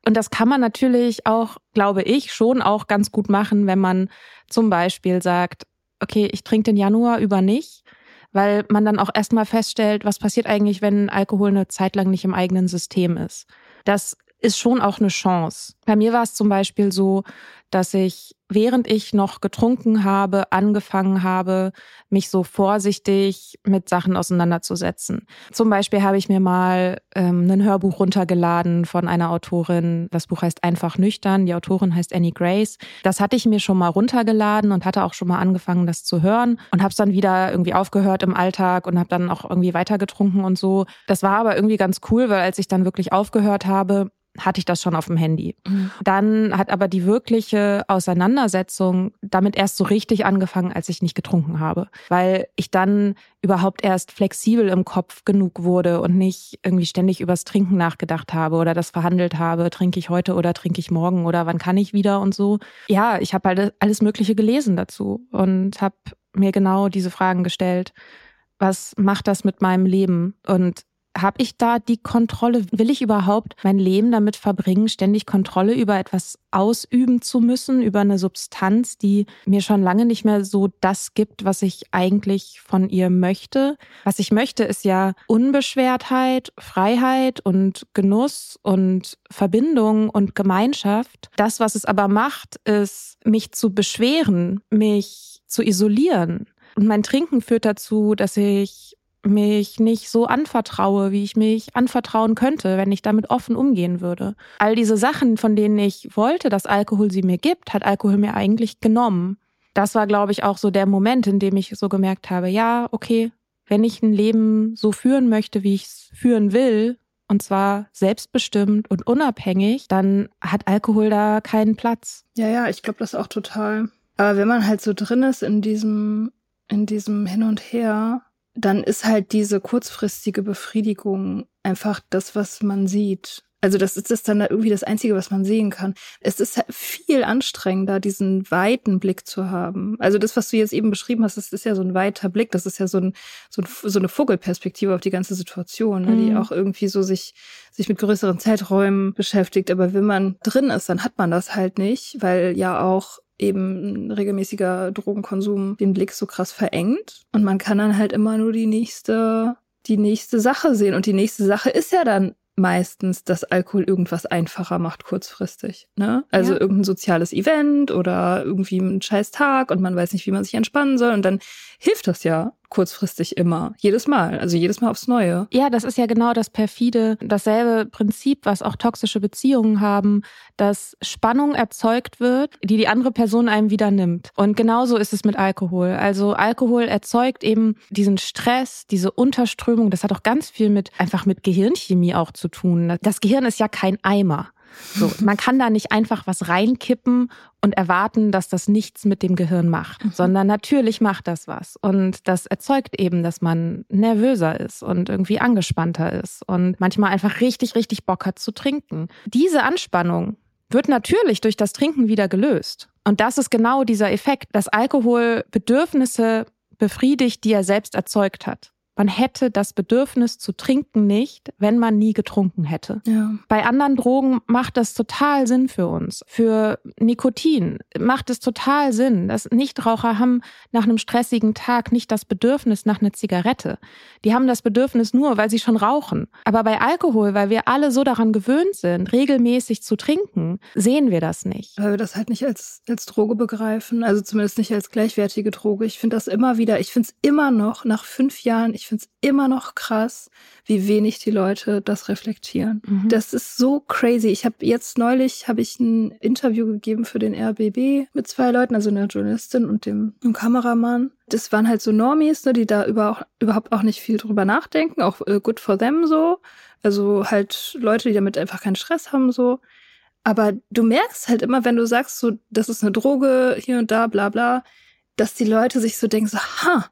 Speaker 1: Und das kann man natürlich auch, glaube ich, schon auch ganz gut machen, wenn man zum Beispiel sagt, okay, ich trinke den Januar über nicht, weil man dann auch erstmal feststellt, was passiert eigentlich, wenn Alkohol eine Zeit lang nicht im eigenen System ist. Das ist schon auch eine Chance. Bei mir war es zum Beispiel so, dass ich, während ich noch getrunken habe, angefangen habe, mich so vorsichtig mit Sachen auseinanderzusetzen. Zum Beispiel habe ich mir mal ähm, ein Hörbuch runtergeladen von einer Autorin. Das Buch heißt Einfach nüchtern. Die Autorin heißt Annie Grace. Das hatte ich mir schon mal runtergeladen und hatte auch schon mal angefangen, das zu hören. Und habe es dann wieder irgendwie aufgehört im Alltag und habe dann auch irgendwie weitergetrunken und so. Das war aber irgendwie ganz cool, weil als ich dann wirklich aufgehört habe, hatte ich das schon auf dem Handy. Mhm. Dann hat aber die wirkliche Auseinandersetzung damit erst so richtig angefangen, als ich nicht getrunken habe. Weil ich dann überhaupt erst flexibel im Kopf genug wurde und nicht irgendwie ständig übers Trinken nachgedacht habe oder das verhandelt habe, trinke ich heute oder trinke ich morgen oder wann kann ich wieder und so. Ja, ich habe halt alles Mögliche gelesen dazu und habe mir genau diese Fragen gestellt. Was macht das mit meinem Leben? Und habe ich da die Kontrolle? Will ich überhaupt mein Leben damit verbringen, ständig Kontrolle über etwas ausüben zu müssen, über eine Substanz, die mir schon lange nicht mehr so das gibt, was ich eigentlich von ihr möchte? Was ich möchte, ist ja Unbeschwertheit, Freiheit und Genuss und Verbindung und Gemeinschaft. Das, was es aber macht, ist, mich zu beschweren, mich zu isolieren. Und mein Trinken führt dazu, dass ich mich nicht so anvertraue, wie ich mich anvertrauen könnte, wenn ich damit offen umgehen würde. All diese Sachen, von denen ich wollte, dass Alkohol sie mir gibt, hat Alkohol mir eigentlich genommen. Das war, glaube ich, auch so der Moment, in dem ich so gemerkt habe, ja, okay, wenn ich ein Leben so führen möchte, wie ich es führen will, und zwar selbstbestimmt und unabhängig, dann hat Alkohol da keinen Platz.
Speaker 2: Ja, ja, ich glaube das auch total. Aber wenn man halt so drin ist in diesem, in diesem Hin und Her, dann ist halt diese kurzfristige Befriedigung einfach das, was man sieht. Also das ist das dann irgendwie das Einzige, was man sehen kann. Es ist viel anstrengender, diesen weiten Blick zu haben. Also das, was du jetzt eben beschrieben hast, das ist ja so ein weiter Blick. Das ist ja so, ein, so, ein, so eine Vogelperspektive auf die ganze Situation, ne, die auch irgendwie so sich, sich mit größeren Zeiträumen beschäftigt. Aber wenn man drin ist, dann hat man das halt nicht, weil ja auch eben ein regelmäßiger Drogenkonsum den Blick so krass verengt. Und man kann dann halt immer nur die nächste, die nächste Sache sehen. Und die nächste Sache ist ja dann meistens, dass Alkohol irgendwas einfacher macht kurzfristig, ne? Also ja. Irgendein soziales Event oder irgendwie ein scheiß Tag und man weiß nicht, wie man sich entspannen soll. Und dann hilft das ja kurzfristig immer. Jedes Mal. Also jedes Mal aufs Neue.
Speaker 1: Ja, das ist ja genau das perfide, dasselbe Prinzip, was auch toxische Beziehungen haben, dass Spannung erzeugt wird, die die andere Person einem wieder nimmt. Und genauso ist es mit Alkohol. Also Alkohol erzeugt eben diesen Stress, diese Unterströmung. Das hat auch ganz viel mit, einfach mit Gehirnchemie auch zu tun. Das Gehirn ist ja kein Eimer. So, man kann da nicht einfach was reinkippen und erwarten, dass das nichts mit dem Gehirn macht, mhm. sondern natürlich macht das was. Und das erzeugt eben, dass man nervöser ist und irgendwie angespannter ist und manchmal einfach richtig, richtig Bock hat zu trinken. Diese Anspannung wird natürlich durch das Trinken wieder gelöst. Und das ist genau dieser Effekt, dass Alkohol Bedürfnisse befriedigt, die er selbst erzeugt hat. Man hätte das Bedürfnis zu trinken nicht, wenn man nie getrunken hätte.
Speaker 2: Ja.
Speaker 1: Bei anderen Drogen macht das total Sinn für uns. Für Nikotin macht es total Sinn. Das Nichtraucher haben nach einem stressigen Tag nicht das Bedürfnis nach einer Zigarette. Die haben das Bedürfnis nur, weil sie schon rauchen. Aber bei Alkohol, weil wir alle so daran gewöhnt sind, regelmäßig zu trinken, sehen wir das nicht.
Speaker 2: Weil wir das halt nicht als, als Droge begreifen, also zumindest nicht als gleichwertige Droge. Ich finde das immer wieder, ich finde es immer noch nach fünf Jahren, ich finde es immer noch krass, wie wenig die Leute das reflektieren. Mhm. Das ist so crazy. Ich habe jetzt neulich habe ich ein Interview gegeben für den R B B mit zwei Leuten, also einer Journalistin und dem, dem Kameramann. Das waren halt so Normies, ne, die da über auch, überhaupt auch nicht viel drüber nachdenken, auch äh, good for them so. Also halt Leute, die damit einfach keinen Stress haben so. Aber du merkst halt immer, wenn du sagst, so, das ist eine Droge, hier und da, bla bla, dass die Leute sich so denken, so, ha,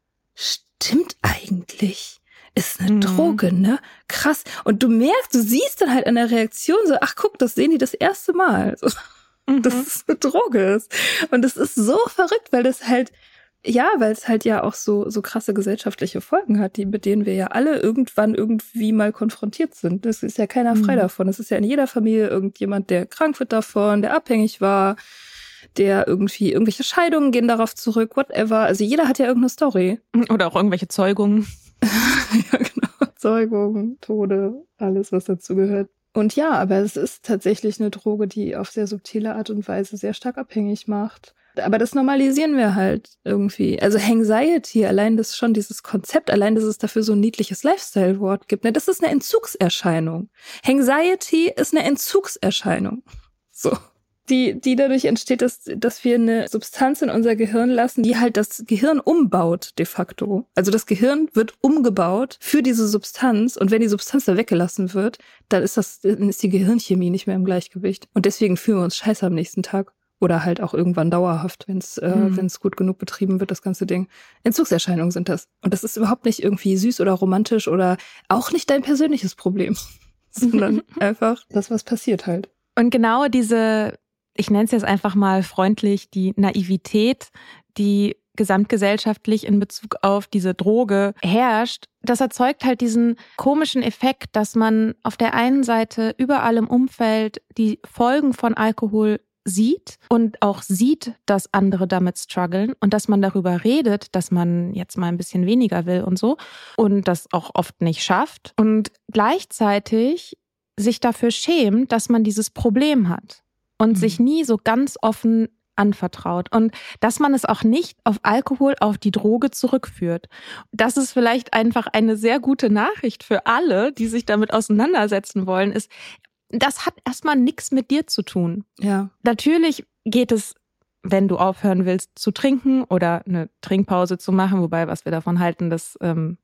Speaker 2: stimmt eigentlich. Ist eine mhm. Droge, ne? Krass. Und du merkst, du siehst dann halt an der Reaktion so, ach guck, das sehen die das erste Mal. So, mhm. Dass es eine Droge ist. Und das ist so verrückt, weil das halt Ja, weil es halt ja auch so, so krasse gesellschaftliche Folgen hat, die, mit denen wir ja alle irgendwann irgendwie mal konfrontiert sind. Das ist ja keiner frei mhm. davon. Es ist ja in jeder Familie irgendjemand, der krank wird davon, der abhängig war, der irgendwie, irgendwelche Scheidungen gehen darauf zurück, whatever. Also jeder hat ja irgendeine Story.
Speaker 1: Oder auch irgendwelche Zeugungen.
Speaker 2: Ja, genau. Zeugungen, Tode, alles, was dazu gehört. Und ja, aber es ist tatsächlich eine Droge, die auf sehr subtile Art und Weise sehr stark abhängig macht. Aber das normalisieren wir halt irgendwie. Also Anxiety, allein das schon dieses Konzept, allein, dass es dafür so ein niedliches Lifestyle-Wort gibt, ne, das ist eine Entzugserscheinung. Anxiety ist eine Entzugserscheinung. So. Die, die dadurch entsteht, dass, dass wir eine Substanz in unser Gehirn lassen, die halt das Gehirn umbaut, de facto. Also das Gehirn wird umgebaut für diese Substanz und wenn die Substanz da weggelassen wird, dann ist das, dann ist die Gehirnchemie nicht mehr im Gleichgewicht. Und deswegen fühlen wir uns scheiße am nächsten Tag. Oder halt auch irgendwann dauerhaft, wenn es äh, mhm. wenn es gut genug betrieben wird, das ganze Ding. Entzugserscheinungen sind das. Und das ist überhaupt nicht irgendwie süß oder romantisch oder auch nicht dein persönliches Problem, sondern einfach das, was passiert halt.
Speaker 1: Und genau diese, ich nenne es jetzt einfach mal freundlich, die Naivität, die gesamtgesellschaftlich in Bezug auf diese Droge herrscht, das erzeugt halt diesen komischen Effekt, dass man auf der einen Seite überall im Umfeld die Folgen von Alkohol sieht und auch sieht, dass andere damit strugglen und dass man darüber redet, dass man jetzt mal ein bisschen weniger will und so und das auch oft nicht schafft und gleichzeitig sich dafür schämt, dass man dieses Problem hat und mhm. sich nie so ganz offen anvertraut und dass man es auch nicht auf Alkohol, auf die Droge zurückführt. Das ist vielleicht einfach eine sehr gute Nachricht für alle, die sich damit auseinandersetzen wollen, ist, das hat erstmal nichts mit dir zu tun.
Speaker 2: Ja.
Speaker 1: Natürlich geht es, wenn du aufhören willst zu trinken oder eine Trinkpause zu machen, wobei, was wir davon halten, das ähm,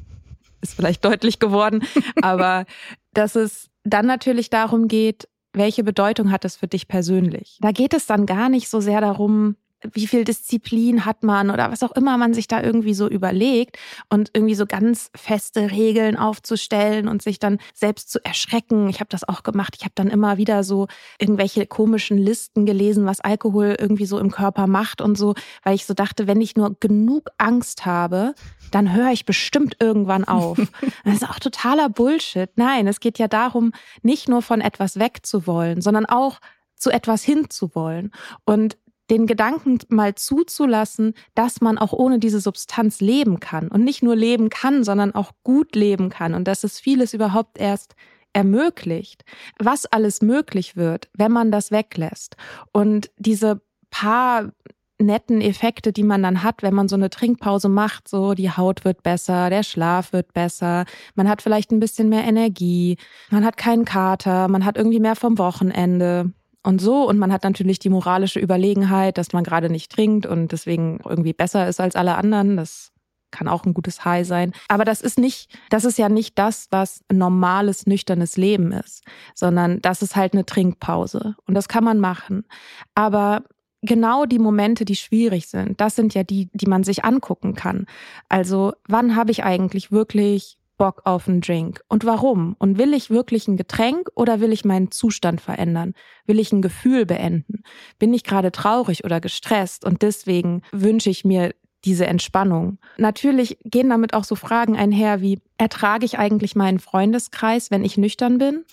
Speaker 1: ist vielleicht deutlich geworden, aber dass es dann natürlich darum geht, welche Bedeutung hat es für dich persönlich? Da geht es dann gar nicht so sehr darum, wie viel Disziplin hat man oder was auch immer man sich da irgendwie so überlegt und irgendwie so ganz feste Regeln aufzustellen und sich dann selbst zu erschrecken. Ich habe das auch gemacht. Ich habe dann immer wieder so irgendwelche komischen Listen gelesen, was Alkohol irgendwie so im Körper macht und so, weil ich so dachte, wenn ich nur genug Angst habe, dann höre ich bestimmt irgendwann auf. Das ist auch totaler Bullshit. Nein, es geht ja darum, nicht nur von etwas wegzuwollen, sondern auch zu etwas hinzuwollen. Und den Gedanken mal zuzulassen, dass man auch ohne diese Substanz leben kann. Und nicht nur leben kann, sondern auch gut leben kann. Und dass es vieles überhaupt erst ermöglicht. Was alles möglich wird, wenn man das weglässt. Und diese paar netten Effekte, die man dann hat, wenn man so eine Trinkpause macht, so die Haut wird besser, der Schlaf wird besser, man hat vielleicht ein bisschen mehr Energie, man hat keinen Kater, man hat irgendwie mehr vom Wochenende und so. Und man hat natürlich die moralische Überlegenheit, dass man gerade nicht trinkt und deswegen irgendwie besser ist als alle anderen. Das kann auch ein gutes High sein. Aber das ist nicht, das ist ja nicht das, was ein normales, nüchternes Leben ist, sondern das ist halt eine Trinkpause. Und das kann man machen. Aber genau die Momente, die schwierig sind, das sind ja die, die man sich angucken kann. Also, wann habe ich eigentlich wirklich Bock auf einen Drink? Und warum? Und will ich wirklich ein Getränk oder will ich meinen Zustand verändern? Will ich ein Gefühl beenden? Bin ich gerade traurig oder gestresst und deswegen wünsche ich mir diese Entspannung? Natürlich gehen damit auch so Fragen einher wie, ertrage ich eigentlich meinen Freundeskreis, wenn ich nüchtern bin?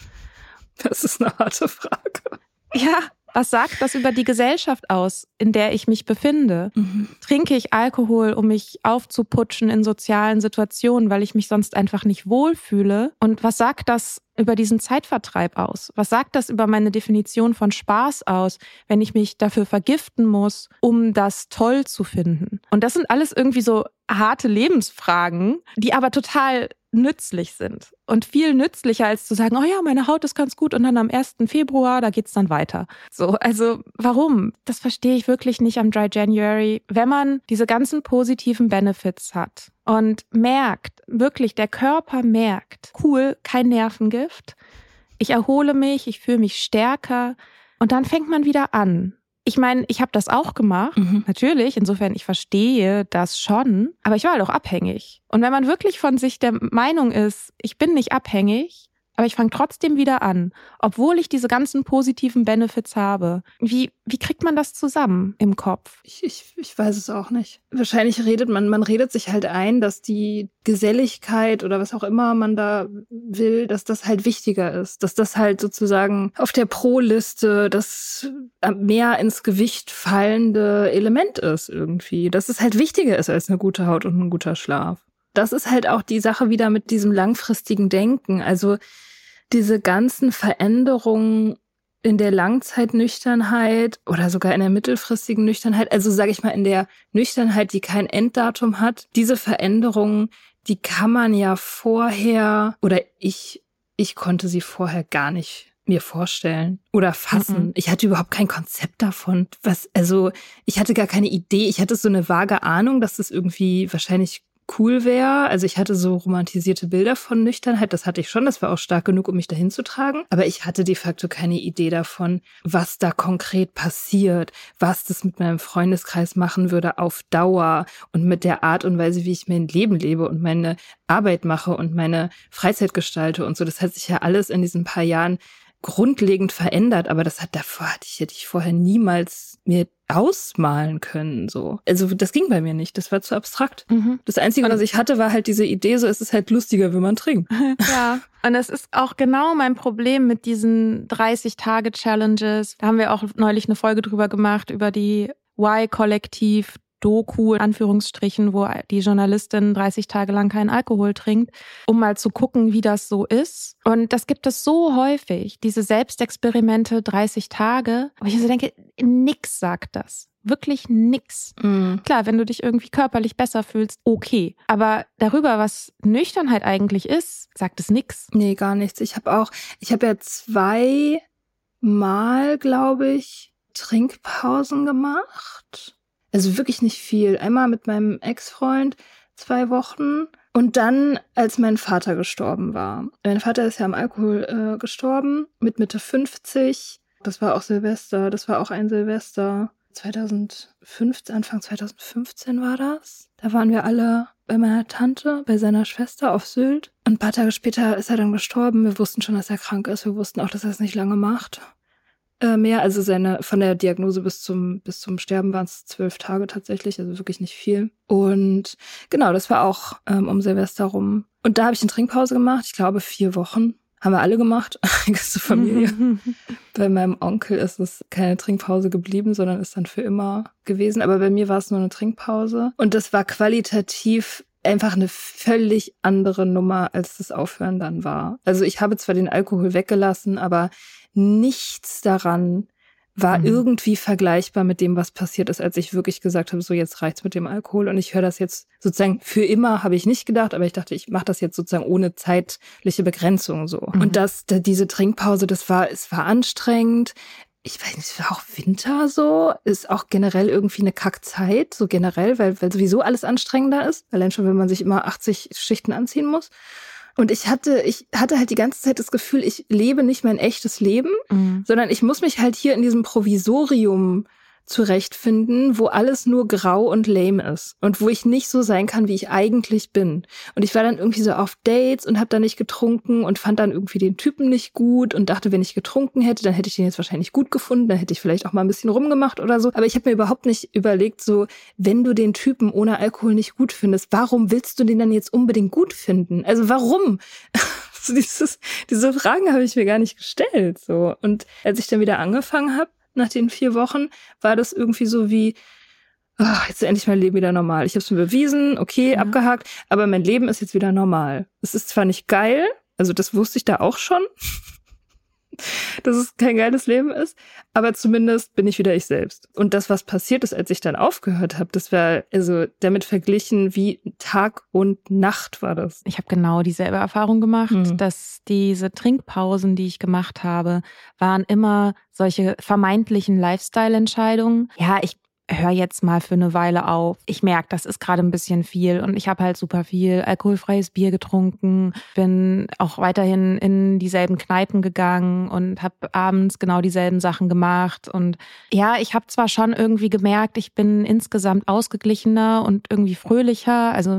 Speaker 2: Das ist eine harte Frage.
Speaker 1: Ja, was sagt das über die Gesellschaft aus, in der ich mich befinde? Mhm. Trinke ich Alkohol, um mich aufzuputschen in sozialen Situationen, weil ich mich sonst einfach nicht wohlfühle? Und was sagt das über diesen Zeitvertreib aus? Was sagt das über meine Definition von Spaß aus, wenn ich mich dafür vergiften muss, um das toll zu finden? Und das sind alles irgendwie so harte Lebensfragen, die aber total nützlich sind. Und viel nützlicher als zu sagen, oh ja, meine Haut ist ganz gut und dann am ersten Februar, da geht's dann weiter. So, also warum? Das verstehe ich wirklich nicht am Dry January. Wenn man diese ganzen positiven Benefits hat und merkt, wirklich der Körper merkt, cool, kein Nervengift, ich erhole mich, ich fühle mich stärker und dann fängt man wieder an. Ich meine, ich habe das auch gemacht, mhm. natürlich, insofern ich verstehe das schon, aber ich war halt auch abhängig. Und wenn man wirklich von sich der Meinung ist, ich bin nicht abhängig, aber ich fange trotzdem wieder an, obwohl ich diese ganzen positiven Benefits habe. Wie, wie kriegt man das zusammen im Kopf?
Speaker 2: Ich, ich, ich weiß es auch nicht. Wahrscheinlich redet man, man redet sich halt ein, dass die Geselligkeit oder was auch immer man da will, dass das halt wichtiger ist. Dass das halt sozusagen auf der Pro-Liste das mehr ins Gewicht fallende Element ist irgendwie. Dass es halt wichtiger ist als eine gute Haut und ein guter Schlaf. Das ist halt auch die Sache wieder mit diesem langfristigen Denken. Also diese ganzen Veränderungen in der Langzeitnüchternheit oder sogar in der mittelfristigen Nüchternheit, also sage ich mal in der Nüchternheit, die kein Enddatum hat, diese Veränderungen, die kann man ja vorher, oder ich, ich konnte sie vorher gar nicht mir vorstellen oder fassen. Mhm. Ich hatte überhaupt kein Konzept davon. Was, also ich hatte gar keine Idee. Ich hatte so eine vage Ahnung, dass das irgendwie wahrscheinlich cool wäre. Also ich hatte so romantisierte Bilder von Nüchternheit, das hatte ich schon, das war auch stark genug, um mich dahin zu tragen. Aber ich hatte de facto keine Idee davon, was da konkret passiert, was das mit meinem Freundeskreis machen würde auf Dauer und mit der Art und Weise, wie ich mein Leben lebe und meine Arbeit mache und meine Freizeit gestalte und so. Das hat sich ja alles in diesen paar Jahren grundlegend verändert, aber das hat davor hatte ich hätte ich vorher niemals mir ausmalen können, so. Also das ging bei mir nicht, das war zu abstrakt. Mhm. Das Einzige, und was ich hatte, war halt diese Idee, so es ist halt lustiger, wenn man trinkt.
Speaker 1: Ja, und das ist auch genau mein Problem mit diesen dreißig-Tage-Challenges. Da haben wir auch neulich eine Folge drüber gemacht, über die Y-Kollektiv Doku, in Anführungsstrichen, wo die Journalistin dreißig Tage lang keinen Alkohol trinkt, um mal zu gucken, wie das so ist. Und das gibt es so häufig, diese Selbstexperimente dreißig Tage, wo ich so denke, nix sagt das. Wirklich nix. Mhm. Klar, wenn du dich irgendwie körperlich besser fühlst, okay. Aber darüber, was Nüchternheit eigentlich ist, sagt es nix.
Speaker 2: Nee, gar nichts. Ich habe auch, ich habe ja zwei Mal, glaube ich, Trinkpausen gemacht. Also wirklich nicht viel. Einmal mit meinem Ex-Freund zwei Wochen und dann, als mein Vater gestorben war. Mein Vater ist ja am Alkohol äh, gestorben, mit Mitte fünfzig. Das war auch Silvester, das war auch ein Silvester. zweitausendfünfzehn, Anfang zweitausendfünfzehn war das. Da waren wir alle bei meiner Tante, bei seiner Schwester auf Sylt. Und ein paar Tage später ist er dann gestorben. Wir wussten schon, dass er krank ist. Wir wussten auch, dass er es nicht lange macht. Äh, mehr, also seine von der Diagnose bis zum bis zum Sterben waren es zwölf Tage tatsächlich, also wirklich nicht viel. Und genau, das war auch ähm, um Silvester rum. Und da habe ich eine Trinkpause gemacht, ich glaube vier Wochen. Haben wir alle gemacht, die ganze Familie. Bei meinem Onkel ist es keine Trinkpause geblieben, sondern ist dann für immer gewesen. Aber bei mir war es nur eine Trinkpause. Und das war qualitativ einfach eine völlig andere Nummer, als das Aufhören dann war. Also ich habe zwar den Alkohol weggelassen, aber nichts daran war mhm. irgendwie vergleichbar mit dem, was passiert ist, als ich wirklich gesagt habe, so jetzt reicht's mit dem Alkohol und ich höre das jetzt sozusagen für immer, habe ich nicht gedacht, aber ich dachte, ich mache das jetzt sozusagen ohne zeitliche Begrenzung so. Mhm. Und das, diese Trinkpause, das war, es war anstrengend. Ich weiß nicht, es war auch Winter so, ist auch generell irgendwie eine Kackzeit, so generell, weil, weil sowieso alles anstrengender ist, allein schon, wenn man sich immer achtzig Schichten anziehen muss. Und ich hatte, ich hatte halt die ganze Zeit das Gefühl, ich lebe nicht mein echtes Leben, mhm. sondern ich muss mich halt hier in diesem Provisorium zurechtfinden, wo alles nur grau und lame ist und wo ich nicht so sein kann, wie ich eigentlich bin. Und ich war dann irgendwie so auf Dates und habe da nicht getrunken und fand dann irgendwie den Typen nicht gut und dachte, wenn ich getrunken hätte, dann hätte ich den jetzt wahrscheinlich gut gefunden, dann hätte ich vielleicht auch mal ein bisschen rumgemacht oder so. Aber ich habe mir überhaupt nicht überlegt, so, wenn du den Typen ohne Alkohol nicht gut findest, warum willst du den dann jetzt unbedingt gut finden? Also warum? so dieses, diese Fragen habe ich mir gar nicht gestellt. So. Und als ich dann wieder angefangen habe, nach den vier Wochen, war das irgendwie so wie, oh, jetzt ist endlich mein Leben wieder normal. Ich habe es mir bewiesen, okay, ja. abgehakt, aber mein Leben ist jetzt wieder normal. Es ist zwar nicht geil, also das wusste ich da auch schon, dass es kein geiles Leben ist, aber zumindest bin ich wieder ich selbst. Und das, was passiert ist, als ich dann aufgehört habe, das war also damit verglichen wie Tag und Nacht war das.
Speaker 1: Ich habe genau dieselbe Erfahrung gemacht, hm. dass diese Trinkpausen, die ich gemacht habe, waren immer solche vermeintlichen Lifestyle-Entscheidungen. Ja, ich hör jetzt mal für eine Weile auf. Ich merke, das ist gerade ein bisschen viel und ich habe halt super viel alkoholfreies Bier getrunken, bin auch weiterhin in dieselben Kneipen gegangen und habe abends genau dieselben Sachen gemacht. Und ja, ich habe zwar schon irgendwie gemerkt, ich bin insgesamt ausgeglichener und irgendwie fröhlicher, also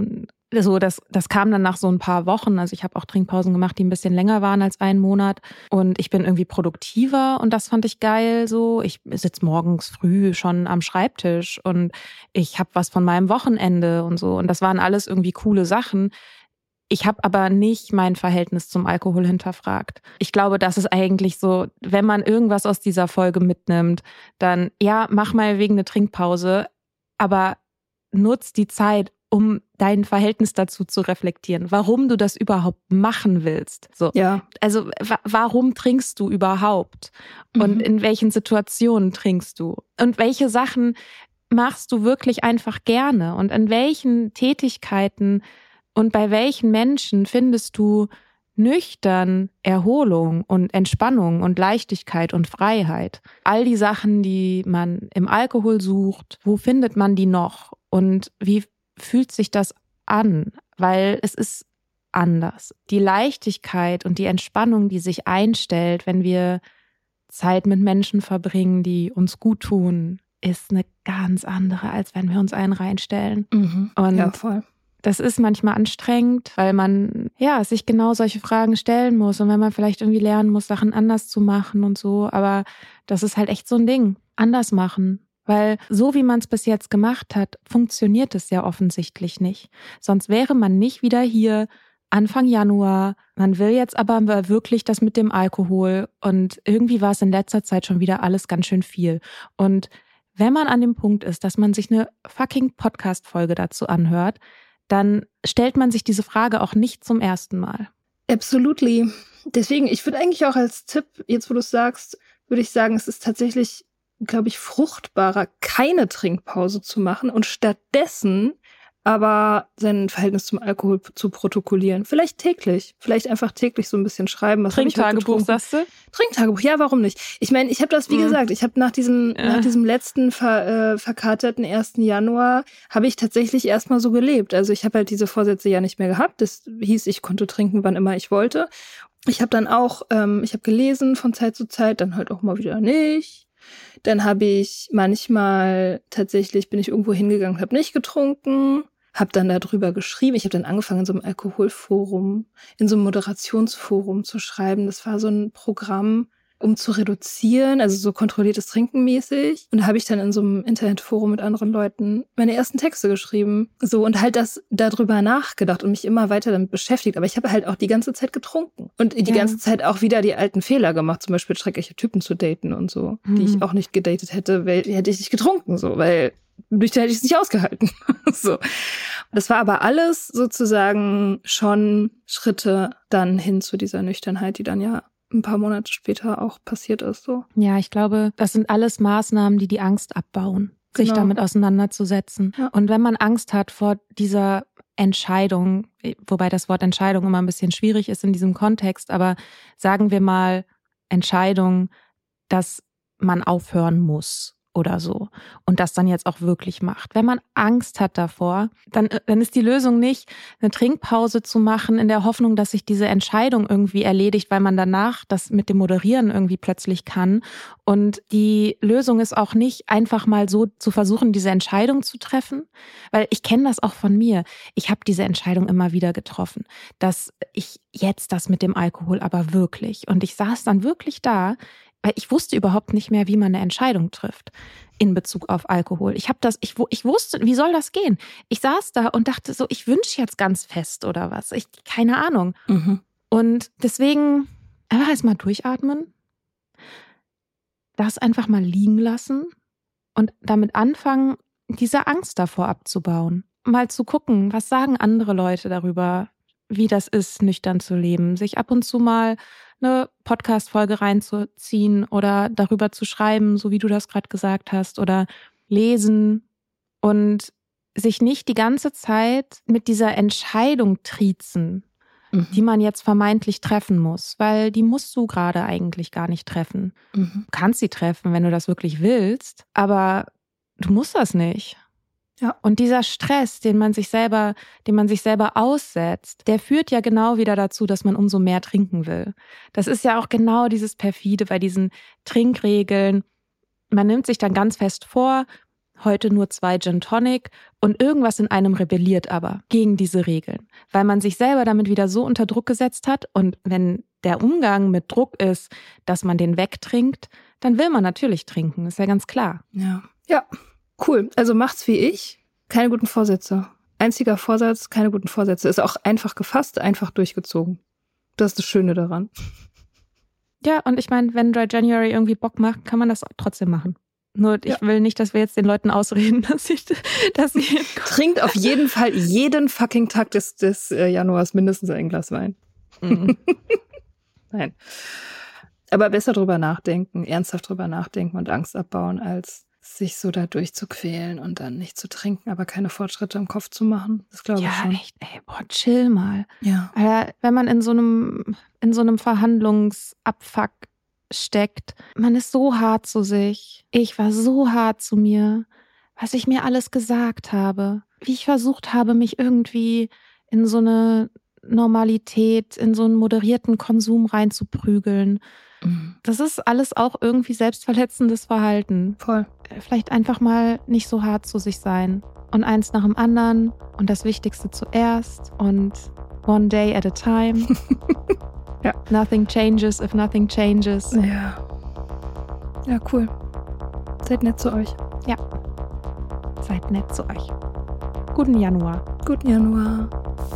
Speaker 1: so, das, das kam dann nach so ein paar Wochen. Also ich habe auch Trinkpausen gemacht, die ein bisschen länger waren als einen Monat. Und ich bin irgendwie produktiver und das fand ich geil so. Ich sitze morgens früh schon am Schreibtisch und ich habe was von meinem Wochenende und so. Und das waren alles irgendwie coole Sachen. Ich habe aber nicht mein Verhältnis zum Alkohol hinterfragt. Ich glaube, das ist eigentlich so, wenn man irgendwas aus dieser Folge mitnimmt, dann ja, mach mal wegen eine Trinkpause, aber nutz die Zeit, um dein Verhältnis dazu zu reflektieren, warum du das überhaupt machen willst. So.
Speaker 2: Ja.
Speaker 1: Also wa- warum trinkst du überhaupt? Und
Speaker 2: Mhm.
Speaker 1: in welchen Situationen trinkst du? Und welche Sachen machst du wirklich einfach gerne? Und in welchen Tätigkeiten und bei welchen Menschen findest du nüchtern Erholung und Entspannung und Leichtigkeit und Freiheit? All die Sachen, die man im Alkohol sucht, wo findet man die noch? Und wie fühlt sich das an? Weil es ist anders. Die Leichtigkeit und die Entspannung, die sich einstellt, wenn wir Zeit mit Menschen verbringen, die uns gut tun, ist eine ganz andere, als wenn wir uns einen reinstellen.
Speaker 2: Mhm.
Speaker 1: Und
Speaker 2: ja, voll.
Speaker 1: das ist manchmal anstrengend, weil man ja sich genau solche Fragen stellen muss und wenn man vielleicht irgendwie lernen muss, Sachen anders zu machen und so. Aber das ist halt echt so ein Ding. Anders machen. Weil so wie man es bis jetzt gemacht hat, funktioniert es ja offensichtlich nicht. Sonst wäre man nicht wieder hier Anfang Januar. Man will jetzt aber wirklich das mit dem Alkohol. Und irgendwie war es in letzter Zeit schon wieder alles ganz schön viel. Und wenn man an dem Punkt ist, dass man sich eine fucking Podcast-Folge dazu anhört, dann stellt man sich diese Frage auch nicht zum ersten Mal.
Speaker 2: Absolutely. Deswegen, ich würde eigentlich auch als Tipp, jetzt wo du es sagst, würde ich sagen, es ist tatsächlich, glaube ich, fruchtbarer, keine Trinkpause zu machen und stattdessen aber sein Verhältnis zum Alkohol zu protokollieren. Vielleicht täglich. Vielleicht einfach täglich so ein bisschen schreiben. Was
Speaker 1: Trinktagebuch, sagst du?
Speaker 2: Trinktagebuch, ja, warum nicht? Ich meine, ich habe das, wie mhm. gesagt, ich habe nach diesem ja. nach diesem letzten ver, äh, verkaterten ersten Januar habe ich tatsächlich erstmal so gelebt. Also ich habe halt diese Vorsätze ja nicht mehr gehabt. Das hieß, ich konnte trinken, wann immer ich wollte. Ich habe dann auch, ähm, ich habe gelesen von Zeit zu Zeit, dann halt auch mal wieder nicht. Dann habe ich manchmal tatsächlich, bin ich irgendwo hingegangen, habe nicht getrunken, habe dann darüber geschrieben. Ich habe dann angefangen, in so einem Alkoholforum, in so einem Moderationsforum zu schreiben. Das war so ein Programm, um zu reduzieren, also so kontrolliertes Trinken mäßig. Und da habe ich dann in so einem Internetforum mit anderen Leuten meine ersten Texte geschrieben. So, und halt das darüber nachgedacht und mich immer weiter damit beschäftigt. Aber ich habe halt auch die ganze Zeit getrunken. Und die ja. ganze Zeit auch wieder die alten Fehler gemacht, zum Beispiel schreckliche Typen zu daten und so, mhm. die ich auch nicht gedatet hätte, weil hätte ich nicht getrunken, so, weil durch die hätte ich es nicht ausgehalten. So. Das war aber alles sozusagen schon Schritte dann hin zu dieser Nüchternheit, die dann ja ein paar Monate später auch passiert ist. So.
Speaker 1: Ja, ich glaube, das sind alles Maßnahmen, die die Angst abbauen, sich genau. damit auseinanderzusetzen. Ja. Und wenn man Angst hat vor dieser Entscheidung, wobei das Wort Entscheidung immer ein bisschen schwierig ist in diesem Kontext, aber sagen wir mal Entscheidung, dass man aufhören muss oder so und das dann jetzt auch wirklich macht. Wenn man Angst hat davor, dann, dann ist die Lösung nicht, eine Trinkpause zu machen in der Hoffnung, dass sich diese Entscheidung irgendwie erledigt, weil man danach das mit dem Moderieren irgendwie plötzlich kann. Und die Lösung ist auch nicht, einfach mal so zu versuchen, diese Entscheidung zu treffen, weil ich kenne das auch von mir. Ich habe diese Entscheidung immer wieder getroffen, dass ich jetzt das mit dem Alkohol aber wirklich, und ich saß dann wirklich da, weil ich wusste überhaupt nicht mehr, wie man eine Entscheidung trifft in Bezug auf Alkohol. Ich habe das, ich, ich wusste, wie soll das gehen? Ich saß da und dachte so, ich wünsche jetzt ganz fest oder was. Ich, keine Ahnung. Mhm. Und deswegen einfach erstmal durchatmen, das einfach mal liegen lassen und damit anfangen, diese Angst davor abzubauen. Mal zu gucken, was sagen andere Leute darüber, wie das ist, nüchtern zu leben. Sich ab und zu mal eine Podcast-Folge reinzuziehen oder darüber zu schreiben, so wie du das gerade gesagt hast, oder lesen und sich nicht die ganze Zeit mit dieser Entscheidung triezen, mhm. die man jetzt vermeintlich treffen muss, weil die musst du gerade eigentlich gar nicht treffen. Mhm. Du kannst sie treffen, wenn du das wirklich willst, aber du musst das nicht. Ja. Und dieser Stress, den man sich selber, den man sich selber aussetzt, der führt ja genau wieder dazu, dass man umso mehr trinken will. Das ist ja auch genau dieses Perfide bei diesen Trinkregeln. Man nimmt sich dann ganz fest vor, heute nur zwei Gin Tonic und irgendwas in einem rebelliert aber gegen diese Regeln, weil man sich selber damit wieder so unter Druck gesetzt hat und wenn der Umgang mit Druck ist, dass man den wegtrinkt, dann will man natürlich trinken, ist ja ganz klar.
Speaker 2: Ja, ja, cool. Also macht's wie ich, keine guten Vorsätze. Einziger Vorsatz, keine guten Vorsätze. Ist auch einfach gefasst, einfach durchgezogen. Das ist das Schöne daran.
Speaker 1: Ja, und ich meine, wenn Dry January irgendwie Bock macht, kann man das trotzdem machen. Nur ich ja. will nicht, dass wir jetzt den Leuten ausreden, dass sie... Dass sie
Speaker 2: Trinkt auf jeden Fall jeden fucking Tag des, des Januars mindestens ein Glas Wein.
Speaker 1: Mhm.
Speaker 2: Nein. Aber besser drüber nachdenken, ernsthaft drüber nachdenken und Angst abbauen, als sich so da durchzuquälen und dann nicht zu trinken, aber keine Fortschritte im Kopf zu machen. Das glaube ich
Speaker 1: ja,
Speaker 2: schon.
Speaker 1: Ja, echt, ey, boah, chill mal.
Speaker 2: Ja.
Speaker 1: Alter, wenn man in so einem, in so einem Verhandlungsabfuck steckt, man ist so hart zu sich. Ich war so hart zu mir, was ich mir alles gesagt habe. Wie ich versucht habe, mich irgendwie in so eine Normalität, in so einen moderierten Konsum reinzuprügeln.
Speaker 2: Mhm.
Speaker 1: Das ist alles auch irgendwie selbstverletzendes Verhalten.
Speaker 2: Voll.
Speaker 1: Vielleicht einfach mal nicht so hart zu sich sein. Und eins nach dem anderen und das Wichtigste zuerst und one day at a time.
Speaker 2: Ja.
Speaker 1: Nothing changes if nothing changes.
Speaker 2: Ja. Ja, cool. Seid nett zu euch.
Speaker 1: Ja. Seid nett zu euch. Guten Januar.
Speaker 2: Guten Januar.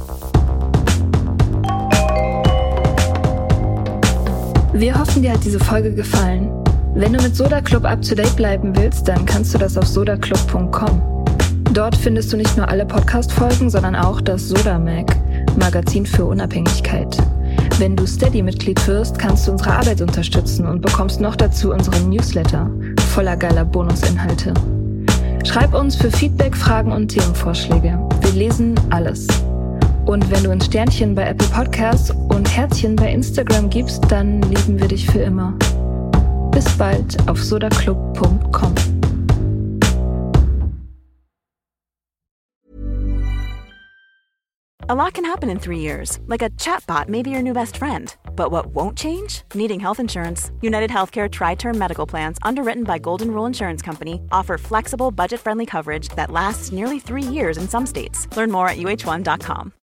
Speaker 2: Wir hoffen, dir hat diese Folge gefallen. Wenn du mit Soda Club up to date bleiben willst, dann kannst du das auf soda club punkt com. Dort findest du nicht nur alle Podcast-Folgen, sondern auch das Soda Mag, Magazin für Unabhängigkeit. Wenn du Steady-Mitglied wirst, kannst du unsere Arbeit unterstützen und bekommst noch dazu unseren Newsletter voller geiler Bonusinhalte. Schreib uns für Feedback, Fragen und Themenvorschläge. Wir lesen alles. Und wenn du uns Sternchen bei Apple Podcasts und Herzchen bei Instagram gibst, dann lieben wir dich für immer. Bis bald auf soda club punkt com.
Speaker 5: A lot can happen in three years, like a chatbot may be your new best friend. But what won't change? Needing health insurance. United Healthcare Tri-Term Medical Plans, underwritten by Golden Rule Insurance Company, offer flexible, budget-friendly coverage that lasts nearly three years in some states. Learn more at U H one dot com.